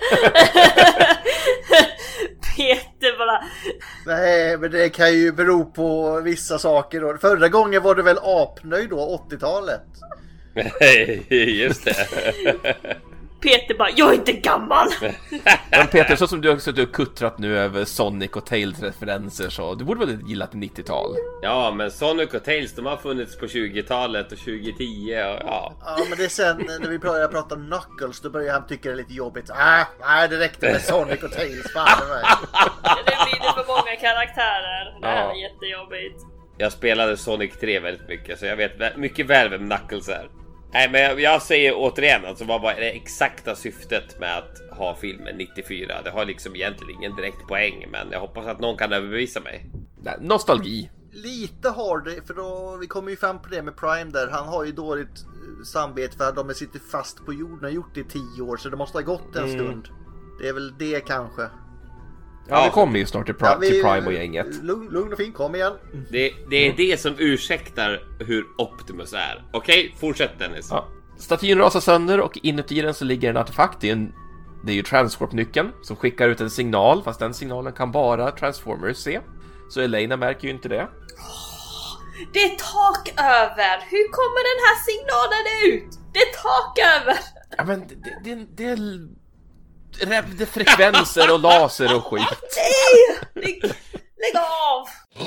Peter bara... Nej, men det kan ju bero på vissa saker då. Förra gången var det väl apnöjd då, 80-talet. Just det. Peter bara, jag är inte gammal! Men Peter, så som du har suttit och kuttrat nu över Sonic och Tails referenser, så du borde väl gilla ett 90-tal? Ja, men Sonic och Tails, de har funnits på 20-talet och 2010 och ja. Ja, men det är sen när vi pratar om Knuckles, då börjar han tycka det är lite jobbigt. Nej, det räckte med Sonic och Tails. Fan, det blir det för många karaktärer. Det här är jättejobbigt. Jag spelade Sonic 3 väldigt mycket, så jag vet mycket väl vem Knuckles är. Nej, men jag säger återigen, alltså vad var det exakta syftet med att ha filmen 94? Det har liksom egentligen ingen direkt poäng, men jag hoppas att någon kan överbevisa mig. Nej, nostalgi. Lite har det, för då, vi kommer ju fram på det med Prime där. Han har ju dåligt samvete för att de sitter fast på jorden och har gjort det i 10 år, så det måste ha gått en stund. Det är väl det kanske. Ja, det kommer ju snart till Prime och gänget. Lugn och fin, kom igen. Det är det som ursäktar hur Optimus är. Okej, fortsätt Dennis. Ja. Statyn rasar sönder och inuti den så ligger en artefakt. Det är ju Transwarp-nyckeln som skickar ut en signal, fast den signalen kan bara Transformers se. Så Elena märker ju inte det. Det är tak över! Hur kommer den här signalen ut? Det är tak över! Ja, men det är frekvenser och laser och skit. Nej! Lägg av!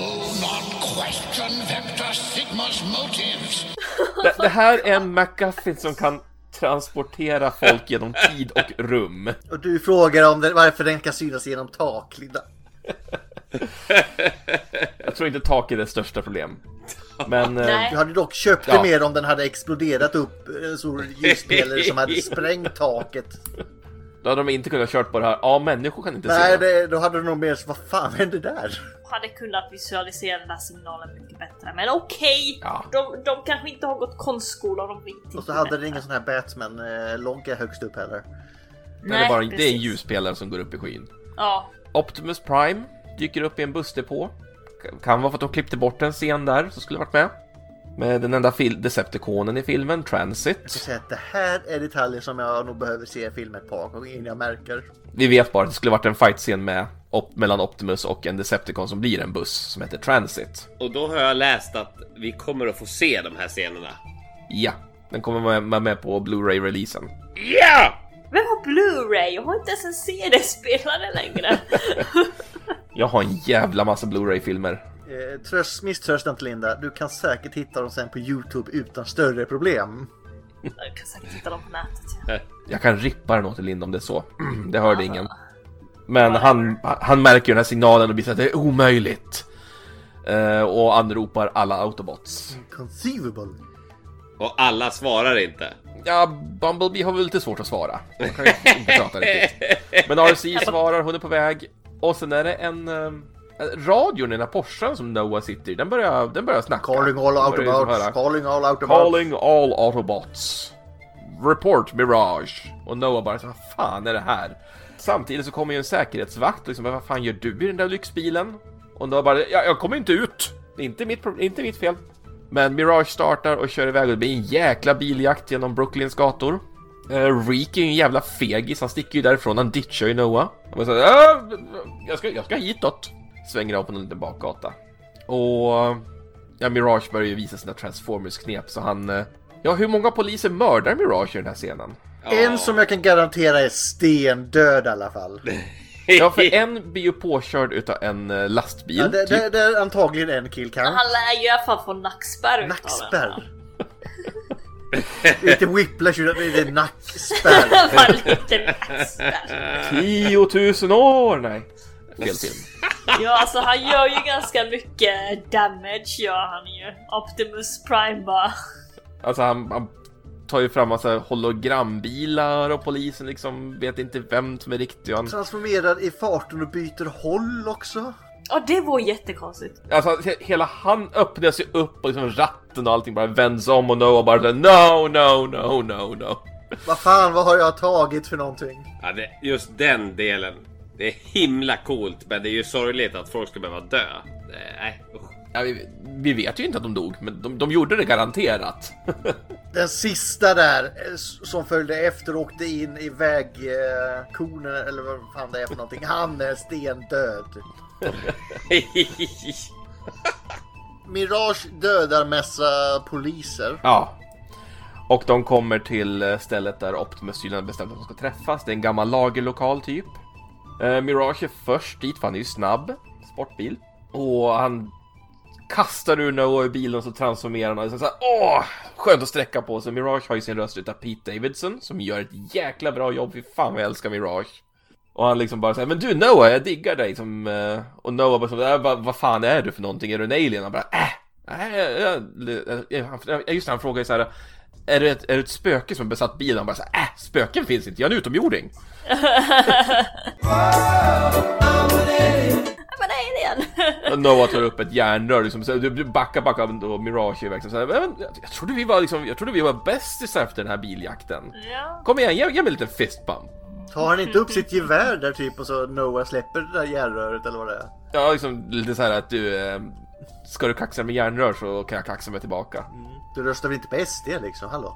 Det här är en MacGuffin som kan transportera folk genom tid och rum. Och du frågar om varför den kan synas genom tak, Linda. Jag tror inte tak är det största problem. Men du hade dock köpt det mer om den hade exploderat upp en stor ljusspelare som hade sprängt taket. Då hade de inte kunnat kört på det här. Ja, människor kan inte se. Nej, då hade de nog mer så, vad fan hände där? Hade kunnat visualisera den här signalen mycket bättre. Men okej, ja. de kanske inte har gått konstskola och de vet inte. Och så hade det ingen sån här Batman-logga högst upp heller. Nej, det är en ljusspelare som går upp i skyn. Ja. Optimus Prime dyker upp i en bussdepå. Kan vara för att de klippte bort en scen där som skulle varit med. Med den enda Decepticonen i filmen, Transit. Jag ska säga att det här är detaljer som jag nog behöver se i filmen ett par gånger innan jag märker. Vi vet bara att det skulle varit en fight-scen mellan Optimus och en Decepticon som blir en buss som heter Transit. Och då har jag läst att vi kommer att få se de här scenerna. Ja, den kommer vara med på Blu-ray-releasen. Ja! Vem har Blu-ray? Jag har inte ens en CD-spelare längre. Jag har en jävla massa Blu-ray-filmer. Misströsta inte, Linda. Du kan säkert hitta dem sen på YouTube utan större problem. Jag kan säkert hitta dem på nätet. Jag kan rippa den åt Linda om det är så. Det hörde ingen. Men han märker ju den här signalen och blir så att det är omöjligt. Och anropar alla Autobots. Inconceivable. Och alla svarar inte. Ja, Bumblebee har väl lite svårt att svara. Man kan ju inte prata riktigt. Men RC svarar, hon är på väg. Och sen är det en radion i den här Porschen som Noah sitter i. Den börjar snacka. Calling all Autobots. Calling all Autobots. Calling all Autobots. Report Mirage. Och Noah bara så, vad fan är det här? Samtidigt så kommer ju en säkerhetsvakt liksom, vad fan gör du i den där lyxbilen? Och Noah bara, jag kommer inte ut. Det är inte mitt fel. Men Mirage startar och kör iväg och det blir en jäkla biljakt genom Brooklyns gator. Reek är ju en jävla fegis, han sticker ju därifrån, han ditchar ju Noah. Han bara såhär, jag ska hitåt. Svänger av på en liten bakgata. Och Mirage börjar ju visa sina Transformers-knep, så han... hur många poliser mördar Mirage i den här scenen? En som jag kan garantera är stendöd i alla fall. Ja, för en blir ju påkörd utav en lastbil. Ja, det är antagligen en killcount. Han lär ju i alla fall få nackspärr. Nackspärr? Lite whiplash, det är nackspärr. Lite nackspärr. 10 000 år, nej. Fel film. Ja, alltså han gör ju ganska mycket damage, gör han ju. Optimus Prime bara. Alltså han tar ju fram massa hologrambilar och polisen liksom vet inte vem som är riktig. Han transformerar i farten och byter håll också. Ja, det var jättekonstigt. Alltså hela han öppnas ju upp och liksom ratten och allting bara vänds om och Noah bara no. Vad fan, vad har jag tagit för någonting? Ja, just den delen. Det är himla coolt, men det är ju sorgligt att folk ska behöva dö. Nej, ja, vi vet ju inte att de dog, men de gjorde det garanterat. Den sista där som följde efter åkte in i vägkonen eller vad fan det är för någonting. Han är stendöd. Mirage dödar massa poliser. Ja. Och de kommer till stället där Optimus tydligen bestämt att de ska träffas. Det är en gammal lagerlokal typ. Mirage är först dit för han är ju snabb. Sportbil. Och han kastar ur Noah i bilen och så transformerar han och så här, skönt att sträcka på. Så Mirage har ju sin röst utav Pete Davidson som gör ett jäkla bra jobb. Fy fan vad jag älskar Mirage. Och han liksom bara säger, men du Noah, jag diggar dig som, och Noah bara så, vad fan är du för någonting? Är du en alien? Han bara, just han frågar ju så här, är det ett spöke som besatt bilen? Han bara så här, spöken finns inte, jag är en utomjording. Och Noah tar upp ett järnrör liksom, så du backar och Mirage är verkligen så här, jag trodde vi var bästisar efter den här biljakten. Ja. Kom igen, ge mig en liten fistbump. Tar han inte upp sitt gevär där typ och så Noah släpper det där järnröret eller vad det är? Ja, liksom lite så här att du ska du kaxa med järnrör så kan jag kaxa mig tillbaka. Du röstar väl inte på SD liksom, hallå?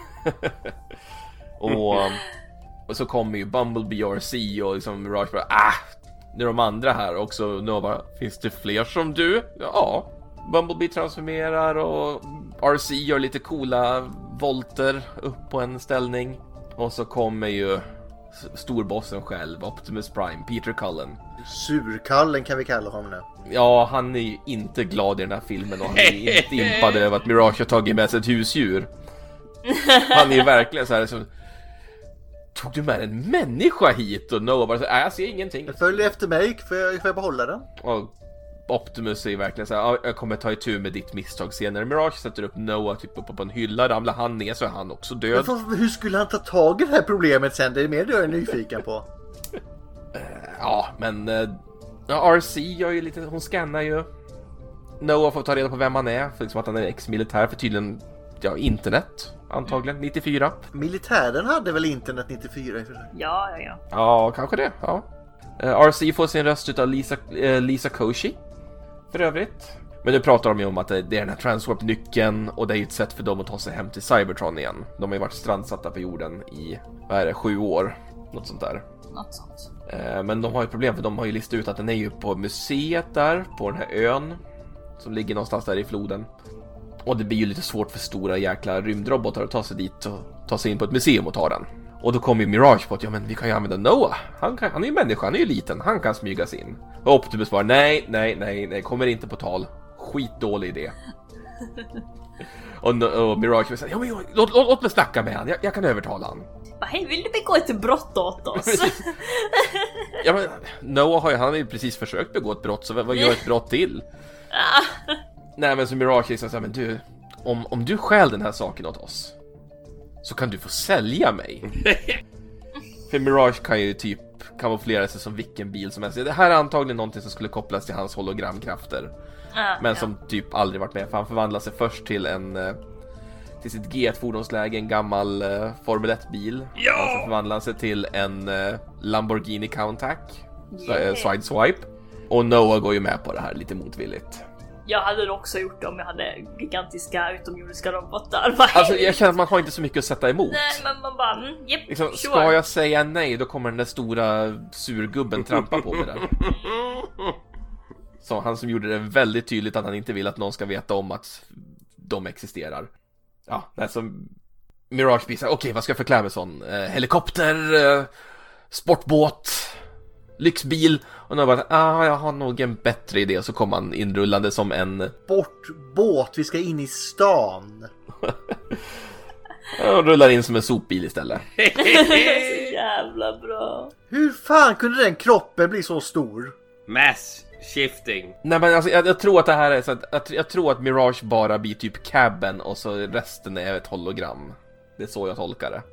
och så kommer ju Bumblebee och RC och liksom Mirage bara, nu är de andra här också. Noah bara, finns det fler som du? Ja, Bumblebee transformerar och RC gör lite coola volter upp på en ställning. Och så kommer ju storbossen själv, Optimus Prime, Peter Cullen. Surkallen kan vi kalla honom nu. Ja, han är ju inte glad i den här filmen och han är inte impad över att Mirage har tagit med sig ett husdjur. Han är ju verkligen så här som, tog du med en människa hit? Och Noah bara så, jag ser ingenting. Följ efter mig, får jag behålla den? Och Optimus är ju verkligen så här, jag kommer ta itu med ditt misstag senare. Mirage sätter upp Noah typ uppe på en hylla, ramlar han ner så är han också död. Men hur skulle han ta tag i det här problemet sen? Det är mer det jag är nyfiken på. Ja, men RC gör ju lite, hon scannar ju. Noah får ta reda på vem han är, för liksom att han är ex-militär för tydligen, internet antagligen, 94. Militären hade väl internet 94 i för sig? Ja. Ja, kanske det, ja. RC får sin röst utav Lisa Koshy för övrigt. Men nu pratar de ju om att det är den här transwarp-nyckeln och det är ett sätt för dem att ta sig hem till Cybertron igen. De har ju varit strandsatta på jorden i, 7 år, något sånt där. Något sånt. Men de har ju problem för de har ju listat ut att den är ju på museet där, på den här ön som ligger någonstans där i floden. Och det blir ju lite svårt för stora jäkla rymdrobotar att ta sig dit och ta sig in på ett museum och ta den. Och då kommer ju Mirage på att men vi kan ju använda Noah. Han är ju människa, han är ju liten, han kan smyga sig in. Och Optimus bara nej, kommer inte på tal. Skitdålig idé. och Mirage säger, men låt mig snacka med han, jag kan övertala han. Hej, vill du begå ett brott åt oss? Ja, men Noah har ju precis försökt begå ett brott, så vad gör ett brott till? Nej, men så Mirage säger så här, men du, om du stjäl den här saken åt oss så kan du få sälja mig. För Mirage kan ju typ kamouflera sig som vilken bil som helst. Det här är antagligen någonting som skulle kopplas till hans hologramkrafter. Men som typ aldrig varit med, för han förvandlar sig först till till sitt G1-fordonsläge, en gammal Formel 1-bil. Och så förvandlar han sig till en Lamborghini Countach, Sideswipe. Och Noah går ju med på det här lite motvilligt. Jag hade det också gjort det om jag hade gigantiska utomjordiska robotar. Alltså jag känner att man har inte så mycket att sätta emot. Nej, men man bara, liksom, sure. Ska jag säga nej, då kommer den där stora surgubben trampa på mig där. Så han som gjorde det väldigt tydligt att han inte vill att någon ska veta om att de existerar. Ja, alltså Mirage visar, okej, vad ska jag förklara med sån? Helikopter, sportbåt, lyxbil. Och nu bara, jag har nog en bättre idé. Så kommer han inrullande som en sportbåt, vi ska in i stan. Och rullar in som en sopbil istället. Så jävla bra. Hur fan kunde den kroppen bli så stor? Mass shifting. Nej men alltså jag tror att det här är så att jag tror att Mirage bara blir typ cabin och så resten är ett hologram. Det är så jag tolkar det.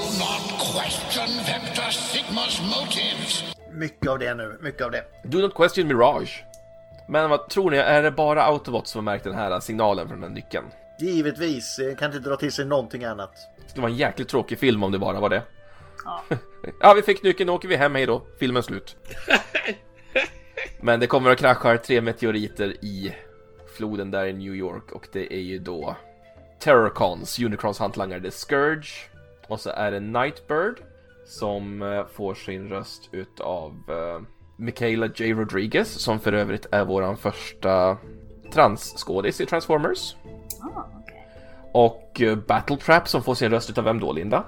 Mycket av det nu, mycket av det. Do not question Mirage. Men vad tror ni, är det bara Autobots som har märkt den här signalen från den nyckeln? Givetvis, kan inte dra till sig någonting annat. Det skulle vara en jäkligt tråkig film om det bara var det. Ja. Ja, vi fick nyckeln, åker vi hem, hej då. Filmen slut. Men det kommer att krascha 3 meteoriter i floden där i New York. Och det är ju då Terrorcons, Unicrons hantlangare, The Scourge. Och så är det Nightbird som får sin röst utav Michaela J. Rodriguez, som för övrigt är våran första transskådis i Transformers. Okay. Och Battletrap som får sin röst utav vem då, Linda?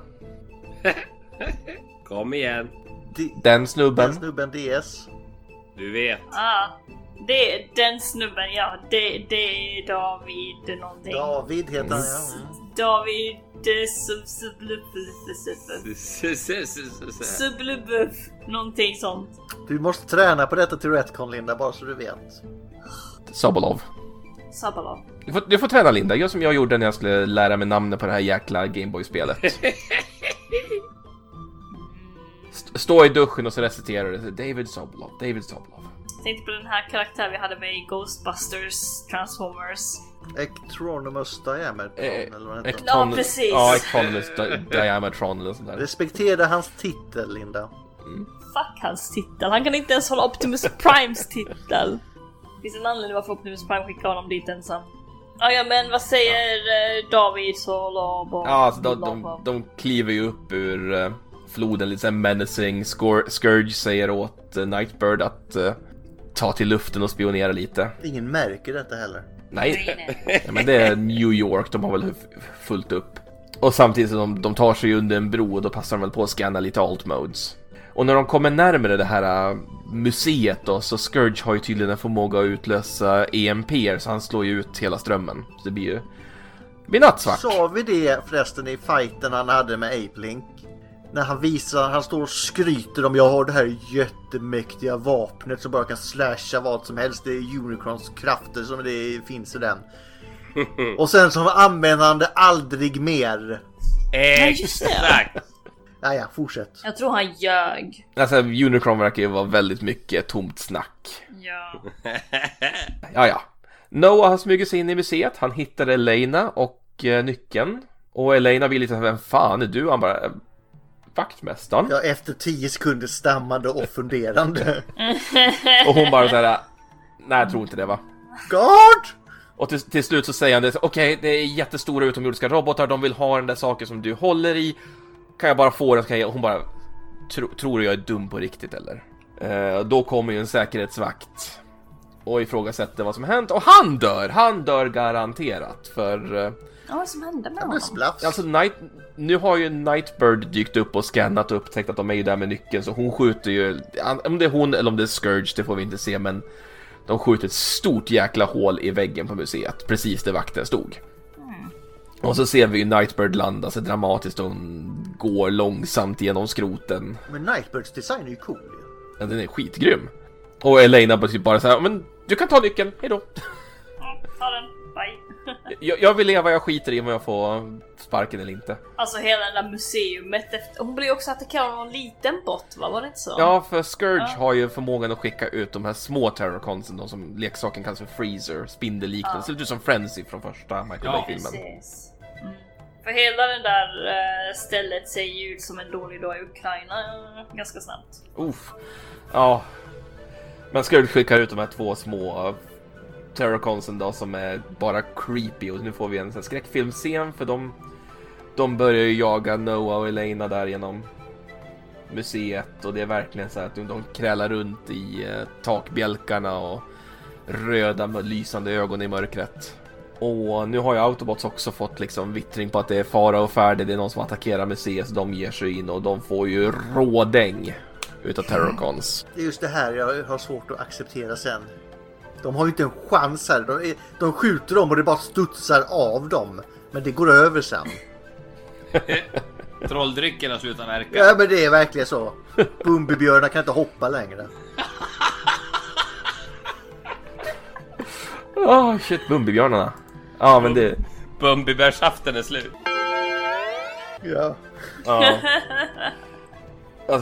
Kom igen. Den snubben. Den snubben DS. Du vet. Det är den snubben, ja. Det är David någonting. David heter han, ja. David Sublubuff. Någonting sånt. Du måste träna på detta till Retcon, Linda, bara så du vet. Sobolov. Du får träna, Linda. Gör som jag gjorde när jag skulle lära mig namnet på det här jäkla Gameboy-spelet. Stå i duschen och så reciterar det. David Sobolov. Jag tänkte på den här karaktären vi hade med i Ghostbusters Transformers. Ectronomus Diametron eller vad det heter. Ja, precis. Ja, Ectronomus Diametron eller sånt där. Respektera hans titel, Linda. Fuck hans titel. Han kan inte ens hålla Optimus Primes titel. Det finns en anledning varför Optimus Prime skickar honom dit ensam. Ja, men vad säger David Sobolov? Ja, alltså de kliver ju upp ur floden lite menacing. Scourge säger åt Nightbird att ta till luften och spionera lite. Ingen märker detta heller. Nej. Ja, men det är New York, de har väl fullt upp. Och samtidigt som de tar sig under en bro och då passar de väl på att scanna lite alt modes. Och när de kommer närmare det här museet då, så Scourge har ju tydligen en förmåga att utlösa EMP:er, så han slår ju ut hela strömmen. Så det blir nattsvart. Sa vi det förresten i fighten han hade med Ape-Link? När han står och skryter om jag har det här jättemäktiga vapnet som bara kan slasha vad som helst. Det är Unicrons krafter som det finns i den. Och sen så använder han det aldrig mer. Exakt. Ja, fortsätt. Jag tror han ljög. Alltså Unicron verkar ju vara väldigt mycket tomt snack. Ja. Ja. Noah har smugit sig in i museet. Han hittar Elena och nyckeln. Och Elena vill lite, vem fan är du? Han bara, vaktmästaren. Ja, efter 10 sekunder stammande och funderande. Och hon bara såhär, nej jag tror inte det, va? God! Och till slut så säger han det, okej, det är jättestora utomjordiska robotar, de vill ha den där saken som du håller i. Kan jag bara få den? Och hon bara, tror jag är dum på riktigt eller? Då kommer ju en säkerhetsvakt och ifrågasätter vad som hänt. Och han dör garanterat. För vad som hände med honom? alltså nu har ju Nightbird dykt upp och scannat och upptäckt att de är ju där med nyckeln. Så hon skjuter ju, om det är hon eller om det är Scourge, det får vi inte se. Men de skjuter ett stort jäkla hål i väggen på museet, precis där vakten stod. Och så ser vi ju Nightbird landa så dramatiskt och hon går långsamt genom skroten. Men Nightbirds design är ju cool. Ja, den är skitgrym. Och Elena bara så här, men du kan ta nyckeln, hejdå. Ta den, bye. Jag vill leva, jag skiter i om jag får sparken eller inte. Alltså hela det där museumet efter... Hon blir också attackerad av någon liten bot, va? Var det inte så? Ja, för Scourge har ju förmågan att skicka ut de här små terrorconsen, de som leksaken kallas för Freezer, spindelliknande. Så det är som Frenzy från första Michael Bay-filmen. Precis. För hela den där stället ser ju ut som en dålig dag i Ukraina ganska snabbt. Ja. Men Scourge skickar ut de här 2 små terrorconsen då som är bara creepy. Och nu får vi en sån skräckfilmscen för de börjar ju jaga Noah och Elena där genom museet. Och det är verkligen så att de krälar runt i takbjälkarna och röda med lysande ögon i mörkret. Och nu har ju Autobots också fått liksom vittring på att det är fara och färde. Det är någon som attackerar museet, så de ger sig in och de får ju rådäng utav terrorcons. Det är just det här jag har svårt att acceptera sen. De har ju inte en chans här. De skjuter dem och det bara studsar av dem. Men det går över sen. Trolldrycken har slutat verka. Ja, men det är verkligen så. Bumbibjörnar kan inte hoppa längre. Shit, Bumbibjörnarna. Ja, men det... Bumbibärsaften är slut. Ja. Alltså,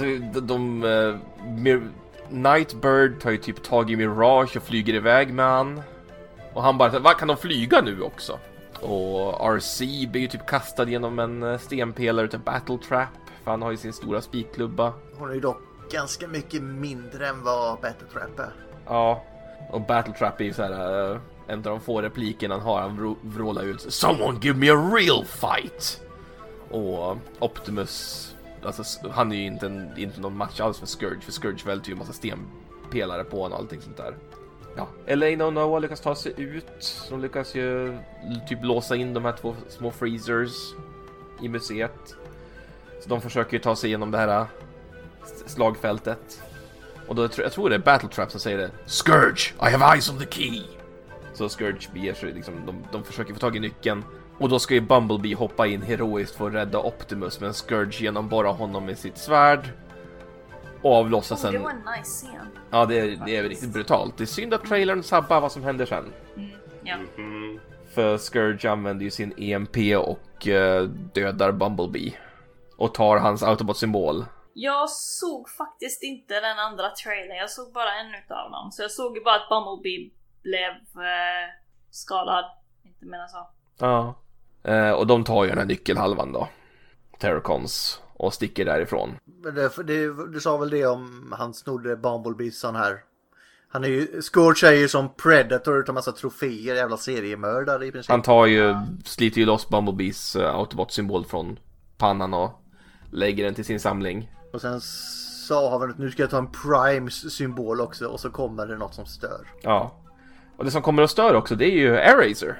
Nightbird tar ju typ tag i Mirage och flyger iväg med han. Och han bara, vad kan de flyga nu också? Och RC blir ju typ kastad genom en stenpelare utav Battle Trap. För han har ju sin stora spikklubba. Hon är ju dock ganska mycket mindre än vad Battle Trap är. Ja, och Battle Trap är ju såhär, en av de få replikerna han har, han vrålar ut "Someone give me a real fight!" Och Optimus, alltså han är ju inte någon match alls för Scourge. För Scourge välter ju en massa stenpelare på honom och allting sånt där. Ja, Elena och Noah lyckas ta sig ut. De lyckas ju typ låsa in de här 2 små freezers i museet. Så de försöker ju ta sig igenom det här slagfältet. Och då jag tror det är Battle Trap som säger det: "Scourge, I have eyes on the key." Så Scourge beger sig liksom, de försöker få tag i nyckeln. Och då ska ju Bumblebee hoppa in heroiskt för att rädda Optimus, men Scourge genomborrar honom med sitt svärd. Och avlossar sen... Det var en nice scen. Ja, det är riktigt brutalt. Det är synd att trailern sabbar vad som händer sen. Ja. För Scourge använder ju sin EMP och dödar Bumblebee. Och tar hans Autobot-symbol. Jag såg faktiskt inte den andra trailern. Jag såg bara en utav dem. Så jag såg ju bara att Bumblebee blev skadad. Inte menar så. Ja. Och de tar ju den här nyckelhalvan då. Terracons. Och sticker därifrån. Men du sa väl det om han snodde Bumblebees sån här. Han är ju, Scourge är ju som Predator utan massa troféer, jävla seriemördare i princip. Han tar ju, sliter ju loss Bumblebees Autobot-symbol från pannan och lägger den till sin samling. Och sen sa han att nu ska jag ta en Prime-symbol också, och så kommer det något som stör. Ja. Och det som kommer att störa också, det är ju Airazor.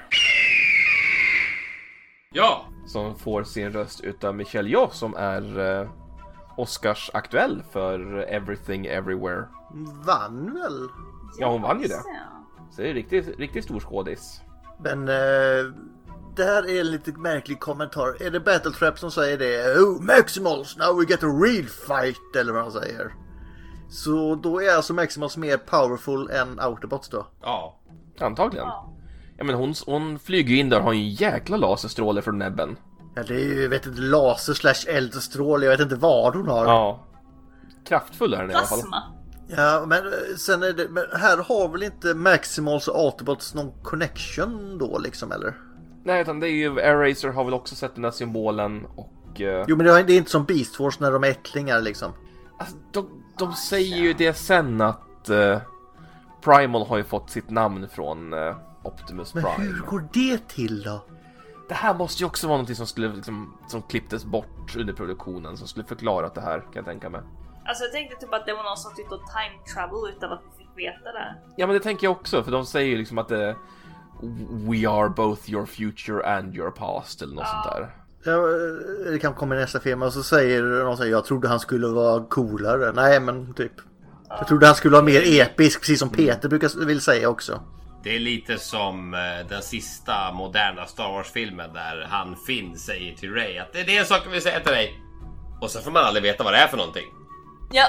Ja! Som får sin röst utav Michelle Yeoh, som är Oscars aktuell för Everything Everywhere. Vann väl? Ja, hon vann ju det. Så det är riktigt stor skådis. Men det här är en lite märklig kommentar. Är det Battle Trap som säger det? Oh, Maximals, now we get a real fight, eller vad han säger. Så då är alltså Maximals mer powerful än Autobots då? Ja. Antagligen. Ja, men hon flyger ju in där och har en jäkla laserstråle från näbben. Ja, det är ju, jag vet inte, laser/eldstråle, jag vet inte vad hon har. Ja. Kraftfull är den i alla fall. Plasma. Ja, men sen är det, men här har väl inte Maximals och Autobots någon connection då liksom, eller? Nej, utan det är ju, Airazor har väl också sett den här symbolen och... Jo, men det är inte som Beast Force när de är ättlingar liksom. Alltså, de säger ju det sen att Primal har ju fått sitt namn från Optimus Prime. Men hur går det till då? Det här måste ju också vara något som skulle som klipptes bort under produktionen, som skulle förklara det här, kan jag tänka mig. Alltså jag tänkte typ att det var någon som tyckte att time travel utan att vi fick veta det. Ja, men det tänker jag också, för de säger ju liksom att we are both your future and your past, eller något sånt där. Ja, det kan komma i nästa film och så säger någon, jag trodde han skulle vara coolare. Nej, men typ. Jag trodde han skulle vara mer episk, precis som Peter vill säga också. Det är lite som den sista moderna Star Wars-filmen där han Finn säger till Rey att det är en sak jag vill säga till dig. Och så får man aldrig veta vad det är för någonting. Ja.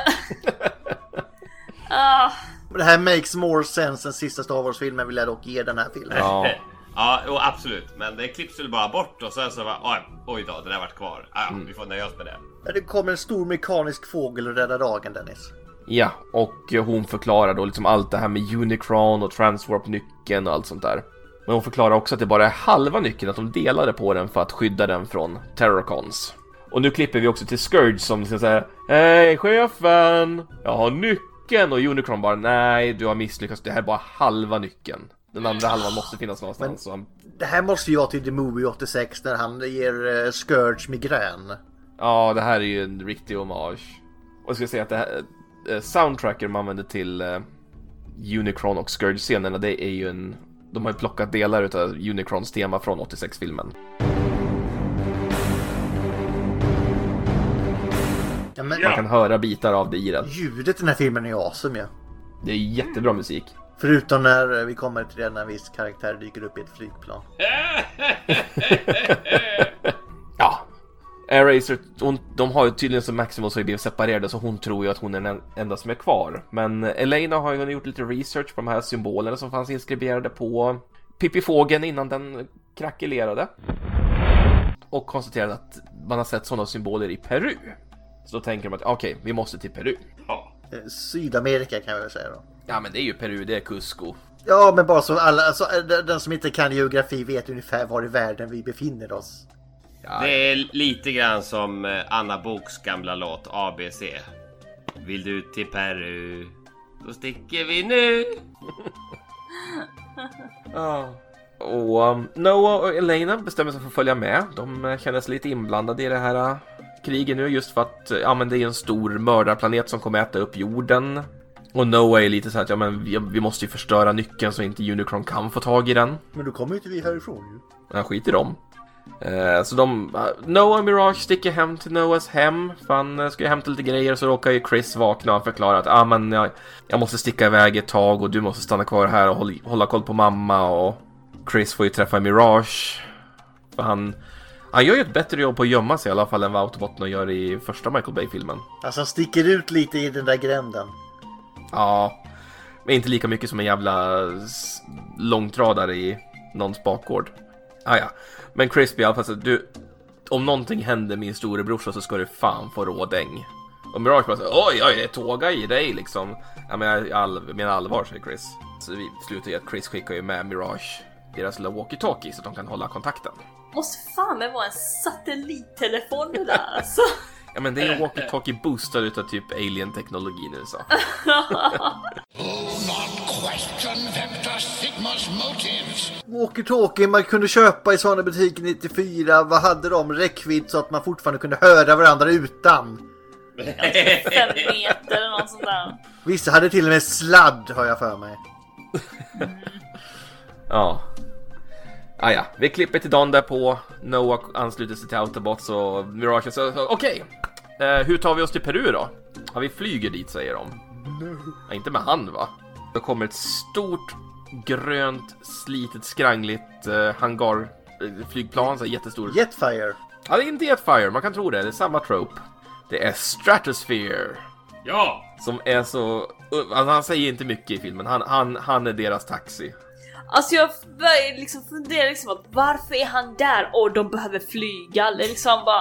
Det här makes more sense än sista Star Wars-filmen, vill jag dock ge den här filmen. Ja. Ja, absolut. Men det klipps väl bara bort och sen så bara, oj då, det där vart kvar. Vi får nöja oss med det. Det kommer en stor mekanisk fågel och räddar dagen, Dennis. Ja, och hon förklarar då liksom allt det här med Unicron och Transwarp-nyckeln och allt sånt där. Men hon förklarar också att det bara är halva nyckeln, att de delade på den för att skydda den från Terracons. Och nu klipper vi också till Scourge som ska säga: hej chefen, jag har nyckeln. Och Unicron bara: nej, du har misslyckats, det här är bara halva nyckeln. Den andra halvan måste finnas någonstans. Men det här måste ju vara till The Movie 86 när han ger Scourge migrän. Ja, det här är ju en riktig hommage. Och jag ska säga att det här soundtracker man använder till Unicron och Scourge-scenerna, det är ju de har ju plockat delar utav Unicrons tema från 86-filmen. Ja, men man kan höra bitar av det i den. Ljudet i den här filmen är awesome, ja. Det är jättebra musik. Förutom när vi kommer till det när en viss karaktär dyker upp i ett flygplan. Ja, Air-Racer, de har ju tydligen som Maximus har ju blivit separerade, så hon tror ju att hon är den enda som är kvar. Men Elena har ju gjort lite research på de här symbolerna som fanns inskriberade på Pippi-fågeln innan den krackelerade. Och konstaterade att man har sett sådana symboler i Peru. Så då tänker de att okej, vi måste till Peru. Ja. Sydamerika kan jag väl säga då. Ja, men det är ju Peru, det är Cusco. Ja, men bara så alla, alltså, den som inte kan geografi vet ungefär var i världen vi befinner oss. Ja, Det är lite grann som Anna Boks gamla låt ABC. Vill du till Peru? Då sticker vi nu. Och Noah och Elena bestämmer sig för att följa med. De känner sig lite inblandade i det här kriget nu, just för att men det är en stor mördarplanet som kommer äta upp jorden. Och Noah är lite så att vi måste ju förstöra nyckeln så inte Unicron kan få tag i den. Men då kommer ju inte vi härifrån ju. Han skiter i dem. Så Noah och Mirage sticker hem till Noahs hem. För han ska ju hämta lite grejer. Så råkar ju Chris vakna och förklara att jag måste sticka iväg ett tag och du måste stanna kvar här och hålla koll på mamma. Och Chris får ju träffa Mirage. För han gör ju ett bättre jobb på att gömma sig i alla fall än vad Autobotten gör i första Michael Bay-filmen. Alltså han sticker ut lite i den där gränden. Ja, men inte lika mycket som en jävla långtradare i någons bakgård. Ja. Men Crispy i alla fall så om någonting händer med min storebrorsa så ska du fan få rådäng. Och Mirage bara så oj, det är tåga i dig liksom. Ja, men jag menar allvar, säger Chris. Så vi slutar ju att Chris skickar ju med Mirage deras lilla walkie-talkie så att de kan hålla kontakten. Måste fan med vara en satellittelefon det där alltså. Ja, men det är ju walkie-talkie boostad utav typ alien-teknologi nu så. Walkie-talkie man kunde köpa i sådana butiker 94. Vad hade de? Räckvidd så att man fortfarande kunde höra varandra utan. 5 meter eller något sånt där. Vissa hade till och med sladd, har jag för mig. Ja. Ja, vi klipper till dagen därpå. Noah ansluter sig till Autobots och Mirage så okej. Hur tar vi oss till Peru då? Ja, vi flyger dit, säger de. Ja, inte med hand, va? Då kommer ett stort, grönt, slitet, skrangligt hangarflygplan, så jättestor. Jetfire. Ja, det är inte Jetfire, man kan tro det. Det är samma trope. Det är Stratosphere. Ja! Som är så... Alltså, han säger inte mycket i filmen. Han är deras taxi. Alltså jag börjar liksom fundera liksom att varför är han där och de behöver flyga? Det är liksom bara...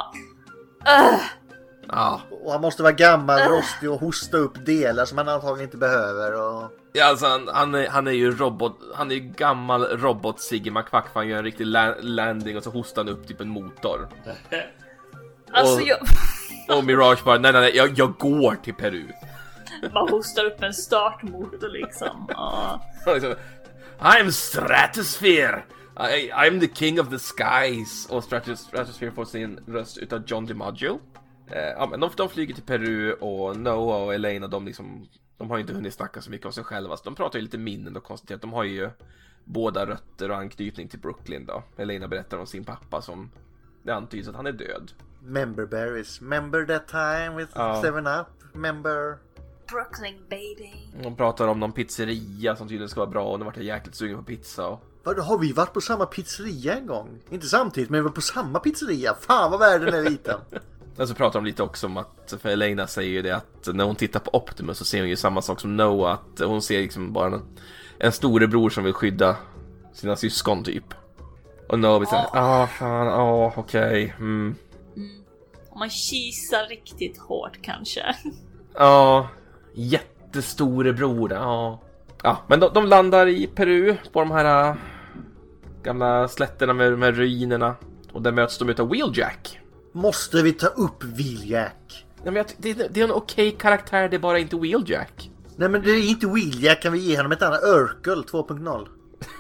Ja. Och han måste vara gammal, rostig och hosta upp delar som han antagligen inte behöver. Och... Ja, alltså han är ju robot. Han är ju gammal robot Siggy McQuack. Han gör en riktig landing och så hostar han upp typ en motor. Alltså och Mirage bara, nej, jag går till Peru. Bara hostar upp en startmotor liksom. I'm Stratosphere. I'm the king of the skies. Och Stratosphere får sin röst utav John DiMaggio. Men de flyger till Peru och Noah och Elena, de har ju inte hunnit snacka så mycket om sig själva. Så de pratar ju lite minnen och konstaterar att de har ju båda rötter och anknytning till Brooklyn då. Elena berättar om sin pappa som det antyds att han är död. Member berries. Remember that time with 7-Up? Member... Brooklyn baby. De pratar om någon pizzeria som tydligen ska vara bra och nu vart jag jäkligt sugen på pizza. Vad, har vi varit på samma pizzeria en gång? Inte samtidigt, men vi var på samma pizzeria. Fan vad världen är liten. Och så pratar de lite också om att, för Elena säger ju det att när hon tittar på Optimus så ser hon ju samma sak som Noah, att hon ser liksom bara en storebror som vill skydda sina syskon typ. Och Noah vill säga, okej. Om man kisar riktigt hårt kanske. Ja, jättestorebror, ja. Ja, men de landar i Peru på de här gamla slätterna med ruinerna. Och där möts de utav Wheeljack. Måste vi ta upp Wheeljack? Nej, men det är en okej karaktär, det är bara inte Wheeljack. Nej, men det är inte Wheeljack, kan vi ge honom ett annat Urkel 2.0?